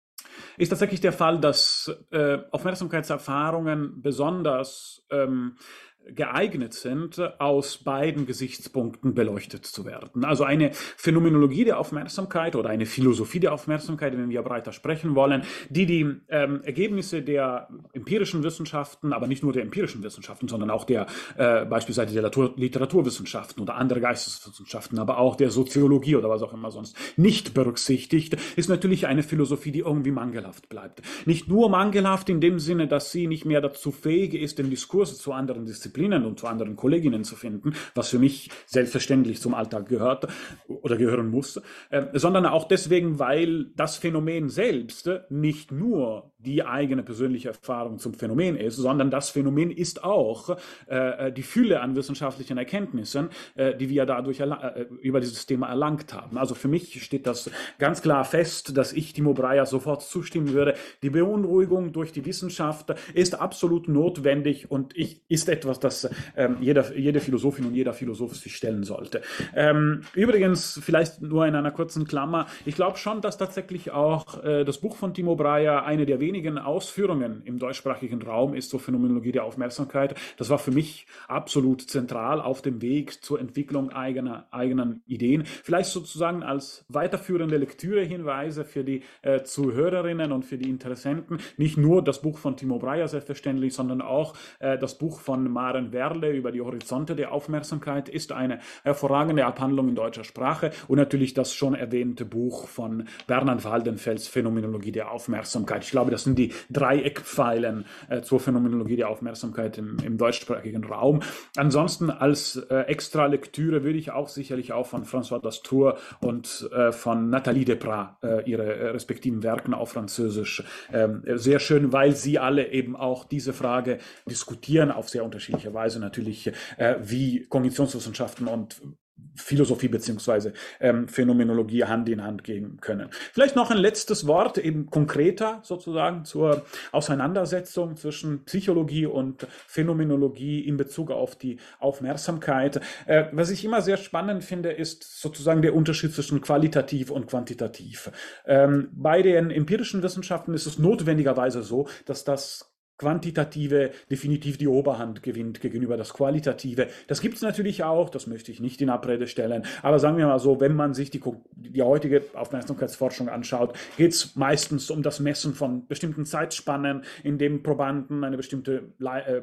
ist tatsächlich der Fall, dass äh, Aufmerksamkeitserfahrungen besonders ähm, geeignet sind, aus beiden Gesichtspunkten beleuchtet zu werden. Also eine Phänomenologie der Aufmerksamkeit oder eine Philosophie der Aufmerksamkeit, wenn wir breiter sprechen wollen, die die ähm, Ergebnisse der empirischen Wissenschaften, aber nicht nur der empirischen Wissenschaften, sondern auch der äh, beispielsweise der Literatur, Literaturwissenschaften oder andere Geisteswissenschaften, aber auch der Soziologie oder was auch immer sonst nicht berücksichtigt, ist natürlich eine Philosophie, die irgendwie mangelhaft bleibt. Nicht nur mangelhaft in dem Sinne, dass sie nicht mehr dazu fähig ist, den Diskurs zu anderen Disziplinen und zu anderen Kolleginnen zu finden, was für mich selbstverständlich zum Alltag gehört oder gehören muss, äh, sondern auch deswegen, weil das Phänomen selbst nicht nur die eigene persönliche Erfahrung zum Phänomen ist, sondern das Phänomen ist auch äh, die Fülle an wissenschaftlichen Erkenntnissen, äh, die wir dadurch äh, über dieses Thema erlangt haben. Also für mich steht das ganz klar fest, dass ich Timo Breyer sofort zustimmen würde. Die Beunruhigung durch die Wissenschaft ist absolut notwendig und ich, ist etwas, das ähm, jeder, jede Philosophin und jeder Philosoph sich stellen sollte. Ähm, übrigens, vielleicht nur in einer kurzen Klammer, ich glaube schon, dass tatsächlich auch äh, das Buch von Timo Breyer eine der wenigen Ausführungen im deutschsprachigen Raum ist zur Phänomenologie der Aufmerksamkeit. Das war für mich absolut zentral auf dem Weg zur Entwicklung eigener, eigenen Ideen. Vielleicht sozusagen als weiterführende Lektürehinweise für die äh, Zuhörerinnen und für die Interessenten. Nicht nur das Buch von Timo Breyer selbstverständlich, sondern auch äh, das Buch von Maren Werle über die Horizonte der Aufmerksamkeit ist eine hervorragende Abhandlung in deutscher Sprache und natürlich das schon erwähnte Buch von Bernhard Waldenfels Phänomenologie der Aufmerksamkeit. Ich glaube, das sind die drei Eckpfeilen äh, zur Phänomenologie der Aufmerksamkeit im, im deutschsprachigen Raum. Ansonsten als äh, extra Lektüre würde ich auch sicherlich auch von François Dastour und äh, von Nathalie Desprat äh, ihre äh, respektiven Werken auf Französisch äh, sehr schön, weil sie alle eben auch diese Frage diskutieren, auf sehr unterschiedliche Weise natürlich, äh, wie Kognitionswissenschaften und Philosophie beziehungsweise ähm, Phänomenologie Hand in Hand gehen können. Vielleicht noch ein letztes Wort, eben konkreter sozusagen zur Auseinandersetzung zwischen Psychologie und Phänomenologie in Bezug auf die Aufmerksamkeit. Äh, was ich immer sehr spannend finde, ist sozusagen der Unterschied zwischen qualitativ und quantitativ. Ähm, bei den empirischen Wissenschaften ist es notwendigerweise so, dass das Quantitative definitiv die Oberhand gewinnt gegenüber das Qualitative. Das gibt es natürlich auch, das möchte ich nicht in Abrede stellen, aber sagen wir mal so, wenn man sich die, die heutige Aufmerksamkeitsforschung anschaut, geht es meistens um das Messen von bestimmten Zeitspannen, in dem Probanden eine bestimmte äh,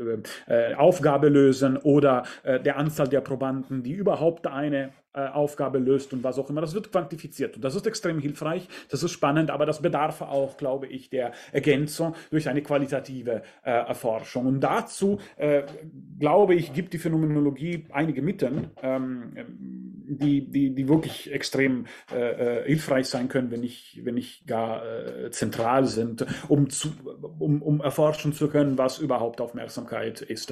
äh, Aufgabe lösen oder äh, der Anzahl der Probanden, die überhaupt eine Aufgabe löst und was auch immer. Das wird quantifiziert und das ist extrem hilfreich, das ist spannend, aber das bedarf auch, glaube ich, der Ergänzung durch eine qualitative äh, Erforschung. Und dazu, äh, glaube ich, gibt die Phänomenologie einige Mittel, ähm, die, die, die wirklich extrem äh, hilfreich sein können, wenn nicht, wenn nicht gar äh, zentral sind, um, zu, um, um erforschen zu können, was überhaupt Aufmerksamkeit ist.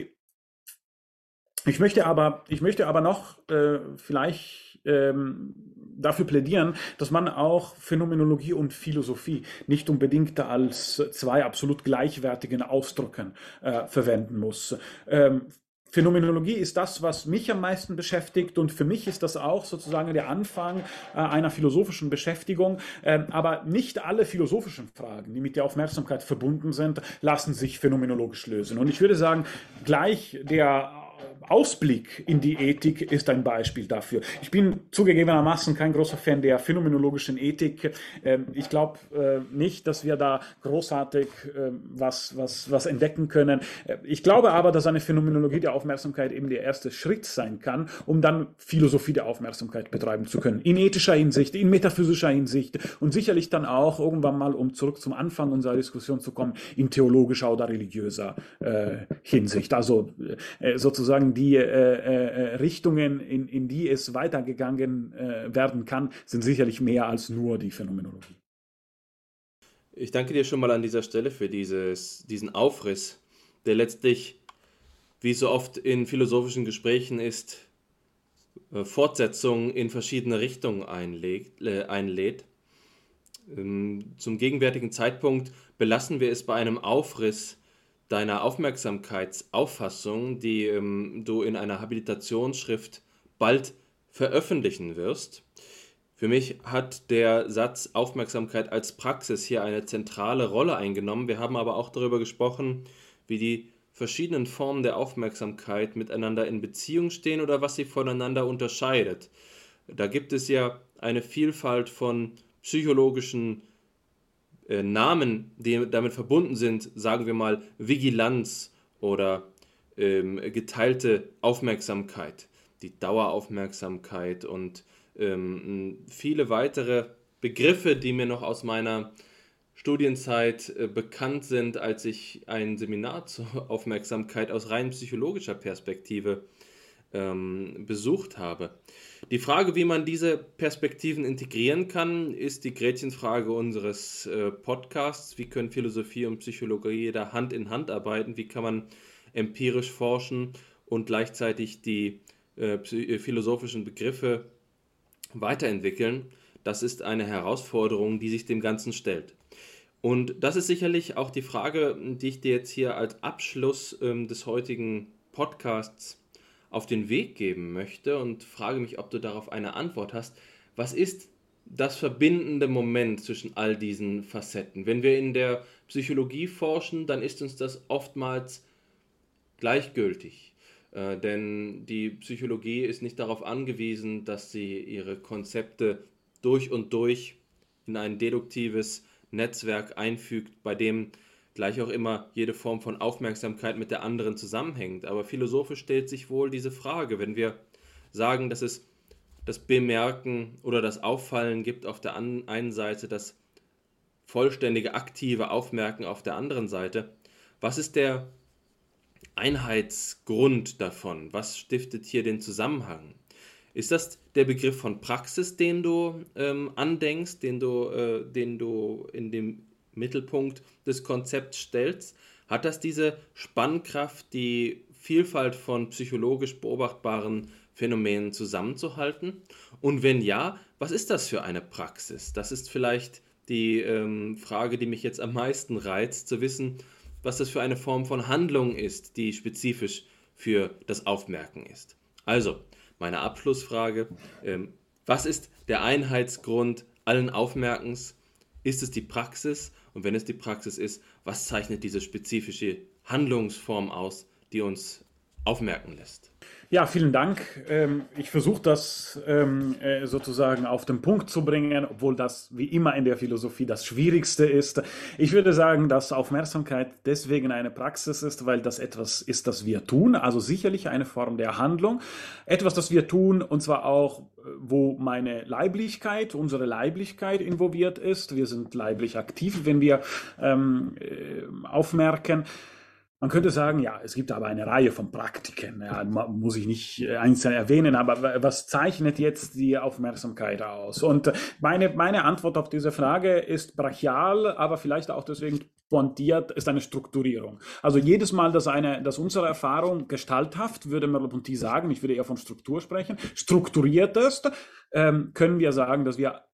Ich möchte aber, ich möchte aber noch äh, vielleicht ähm, dafür plädieren, dass man auch Phänomenologie und Philosophie nicht unbedingt als zwei absolut gleichwertigen Ausdrücken äh, verwenden muss. Ähm, Phänomenologie ist das, was mich am meisten beschäftigt, und für mich ist das auch sozusagen der Anfang äh, einer philosophischen Beschäftigung. Ähm, aber nicht alle philosophischen Fragen, die mit der Aufmerksamkeit verbunden sind, lassen sich phänomenologisch lösen. Und ich würde sagen, gleich der Ausblick in die Ethik ist ein Beispiel dafür. Ich bin zugegebenermaßen kein großer Fan der phänomenologischen Ethik. Ich glaube nicht, dass wir da großartig was, was, was entdecken können. Ich glaube aber, dass eine Phänomenologie der Aufmerksamkeit eben der erste Schritt sein kann, um dann Philosophie der Aufmerksamkeit betreiben zu können. In ethischer Hinsicht, in metaphysischer Hinsicht und sicherlich dann auch irgendwann mal, um zurück zum Anfang unserer Diskussion zu kommen, in theologischer oder religiöser äh, Hinsicht. Also äh, sozusagen die äh, äh, Richtungen, in, in die es weitergegangen äh, werden kann, sind sicherlich mehr als nur die Phänomenologie. Ich danke dir schon mal an dieser Stelle für dieses, diesen Aufriss, der letztlich, wie so oft in philosophischen Gesprächen ist, äh, Fortsetzungen in verschiedene Richtungen einlegt, äh, einlädt. Ähm, zum gegenwärtigen Zeitpunkt belassen wir es bei einem Aufriss deiner Aufmerksamkeitsauffassung, die ähm, du in einer Habilitationsschrift bald veröffentlichen wirst. Für mich hat der Satz Aufmerksamkeit als Praxis hier eine zentrale Rolle eingenommen. Wir haben aber auch darüber gesprochen, wie die verschiedenen Formen der Aufmerksamkeit miteinander in Beziehung stehen oder was sie voneinander unterscheidet. Da gibt es ja eine Vielfalt von psychologischen äh, Namen, die damit verbunden sind, sagen wir mal Vigilanz oder ähm, geteilte Aufmerksamkeit, die Daueraufmerksamkeit und ähm, viele weitere Begriffe, die mir noch aus meiner Studienzeit äh, bekannt sind, als ich ein Seminar zur Aufmerksamkeit aus rein psychologischer Perspektive ähm, besucht habe. Die Frage, wie man diese Perspektiven integrieren kann, ist die Gretchenfrage unseres äh, Podcasts. Wie können Philosophie und Psychologie da Hand in Hand arbeiten? Wie kann man empirisch forschen und gleichzeitig die äh, philosophischen Begriffe weiterentwickeln? Das ist eine Herausforderung, die sich dem Ganzen stellt. Und das ist sicherlich auch die Frage, die ich dir jetzt hier als Abschluss ähm, des heutigen Podcasts auf den Weg geben möchte und frage mich, ob du darauf eine Antwort hast. Was ist das verbindende Moment zwischen all diesen Facetten? Wenn wir in der Psychologie forschen, dann ist uns das oftmals gleichgültig. Äh, denn die Psychologie ist nicht darauf angewiesen, dass sie ihre Konzepte durch und durch in ein deduktives Netzwerk einfügt, bei dem gleich auch immer jede Form von Aufmerksamkeit mit der anderen zusammenhängt. Aber philosophisch stellt sich wohl diese Frage, wenn wir sagen, dass es das Bemerken oder das Auffallen gibt auf der einen Seite, das vollständige aktive Aufmerken auf der anderen Seite. Was ist der Einheitsgrund davon? Was stiftet hier den Zusammenhang? Ist das der Begriff von Praxis, den du ähm, andenkst, den du, äh, den du in dem Mittelpunkt des Konzepts stellst? Hat das diese Spannkraft, die Vielfalt von psychologisch beobachtbaren Phänomenen zusammenzuhalten? Und wenn ja, was ist das für eine Praxis? Das ist vielleicht die ähm, Frage, die mich jetzt am meisten reizt, zu wissen, was das für eine Form von Handlung ist, die spezifisch für das Aufmerken ist. Also, meine Abschlussfrage, ähm, was ist der Einheitsgrund allen Aufmerkens? Ist es die Praxis? Und wenn es die Praxis ist, was zeichnet diese spezifische Handlungsform aus, die uns aufmerken lässt? Ja, vielen Dank. Ich versuche das sozusagen auf den Punkt zu bringen, obwohl das wie immer in der Philosophie das Schwierigste ist. Ich würde sagen, dass Aufmerksamkeit deswegen eine Praxis ist, weil das etwas ist, das wir tun, also sicherlich eine Form der Handlung. Etwas, das wir tun, und zwar auch, wo meine Leiblichkeit, unsere Leiblichkeit involviert ist. Wir sind leiblich aktiv, wenn wir ähm, aufmerken. Man könnte sagen, ja, es gibt aber eine Reihe von Praktiken, ja, muss ich nicht einzeln erwähnen, aber was zeichnet jetzt die Aufmerksamkeit aus? Und meine, meine Antwort auf diese Frage ist brachial, aber vielleicht auch deswegen pointiert, ist eine Strukturierung. Also jedes Mal, dass, eine, dass unsere Erfahrung gestalthaft, würde Merleau-Ponty sagen, ich würde eher von Struktur sprechen, strukturiert ist, ähm, können wir sagen, dass wir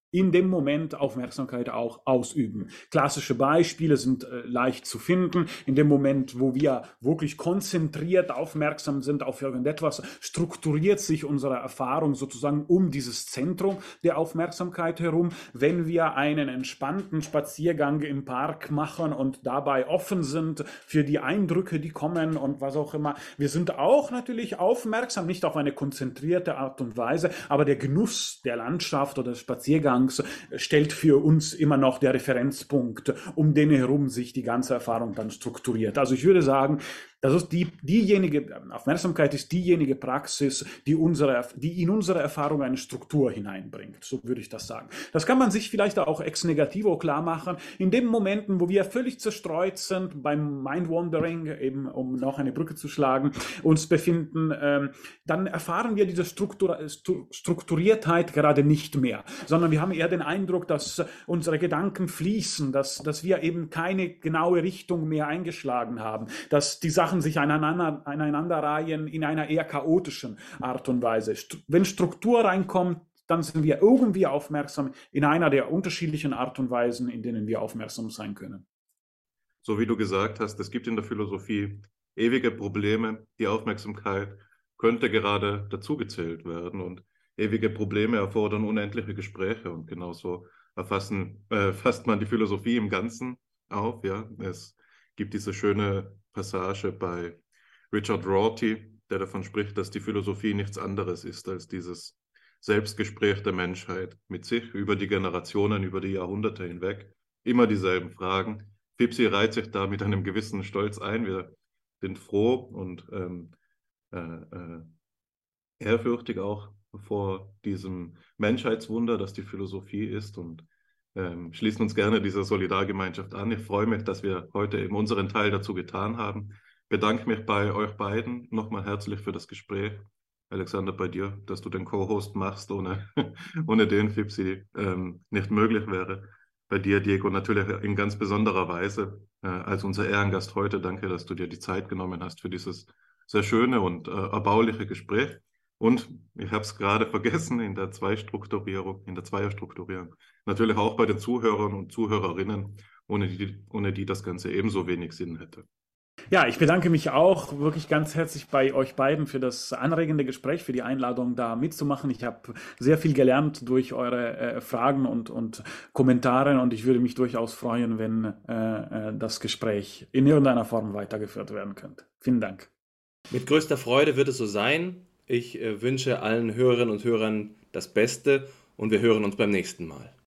in dem Moment Aufmerksamkeit auch ausüben. Klassische Beispiele sind äh, leicht zu finden. In dem Moment, wo wir wirklich konzentriert aufmerksam sind auf irgendetwas, strukturiert sich unsere Erfahrung sozusagen um dieses Zentrum der Aufmerksamkeit herum. Wenn wir einen entspannten Spaziergang im Park machen und dabei offen sind für die Eindrücke, die kommen und was auch immer, wir sind auch natürlich aufmerksam, nicht auf eine konzentrierte Art und Weise, aber der Genuss der Landschaft oder des Spaziergangs stellt für uns immer noch der Referenzpunkt, um den herum sich die ganze Erfahrung dann strukturiert. Also ich würde sagen, das ist die, diejenige, Aufmerksamkeit ist diejenige Praxis, die, unsere, die in unsere Erfahrung eine Struktur hineinbringt. So würde ich das sagen. Das kann man sich vielleicht auch ex negativo klar machen. In den Momenten, wo wir völlig zerstreut sind, beim Mind-Wandering, eben um noch eine Brücke zu schlagen, uns befinden, ähm, dann erfahren wir diese Struktur, Strukturiertheit gerade nicht mehr, sondern wir haben eher den Eindruck, dass unsere Gedanken fließen, dass, dass wir eben keine genaue Richtung mehr eingeschlagen haben, dass die Sachen sich aneinander, aneinanderreihen in einer eher chaotischen Art und Weise. Wenn Struktur reinkommt, dann sind wir irgendwie aufmerksam in einer der unterschiedlichen Art und Weisen, in denen wir aufmerksam sein können. So wie du gesagt hast, es gibt in der Philosophie ewige Probleme. Die Aufmerksamkeit könnte gerade dazugezählt werden und ewige Probleme erfordern unendliche Gespräche und genauso erfassen, äh, fasst man die Philosophie im Ganzen auf. Ja? Es gibt diese schöne Passage bei Richard Rorty, der davon spricht, dass die Philosophie nichts anderes ist als dieses Selbstgespräch der Menschheit mit sich über die Generationen, über die Jahrhunderte hinweg. Immer dieselben Fragen. Fipsi reiht sich da mit einem gewissen Stolz ein. Wir sind froh und ähm, äh, äh, ehrfürchtig auch vor diesem Menschheitswunder, das die Philosophie ist und ähm, schließen uns gerne dieser Solidargemeinschaft an. Ich freue mich, dass wir heute eben unseren Teil dazu getan haben. Bedanke mich bei euch beiden nochmal herzlich für das Gespräch. Alexander, bei dir, dass du den Co-Host machst, ohne, ohne den Fipsi ähm, nicht möglich wäre. Bei dir, Diego, natürlich in ganz besonderer Weise äh, als unser Ehrengast heute. Danke, dass du dir die Zeit genommen hast für dieses sehr schöne und äh, erbauliche Gespräch. Und ich habe es gerade vergessen, in der Zweistrukturierung, in der Zweierstrukturierung, natürlich auch bei den Zuhörern und Zuhörerinnen, ohne die, ohne die das Ganze ebenso wenig Sinn hätte. Ja, ich bedanke mich auch wirklich ganz herzlich bei euch beiden für das anregende Gespräch, für die Einladung, da mitzumachen. Ich habe sehr viel gelernt durch eure äh, Fragen und, und Kommentare und ich würde mich durchaus freuen, wenn äh, das Gespräch in irgendeiner Form weitergeführt werden könnte. Vielen Dank. Mit größter Freude wird es so sein. Ich äh, wünsche allen Hörerinnen und Hörern das Beste und wir hören uns beim nächsten Mal.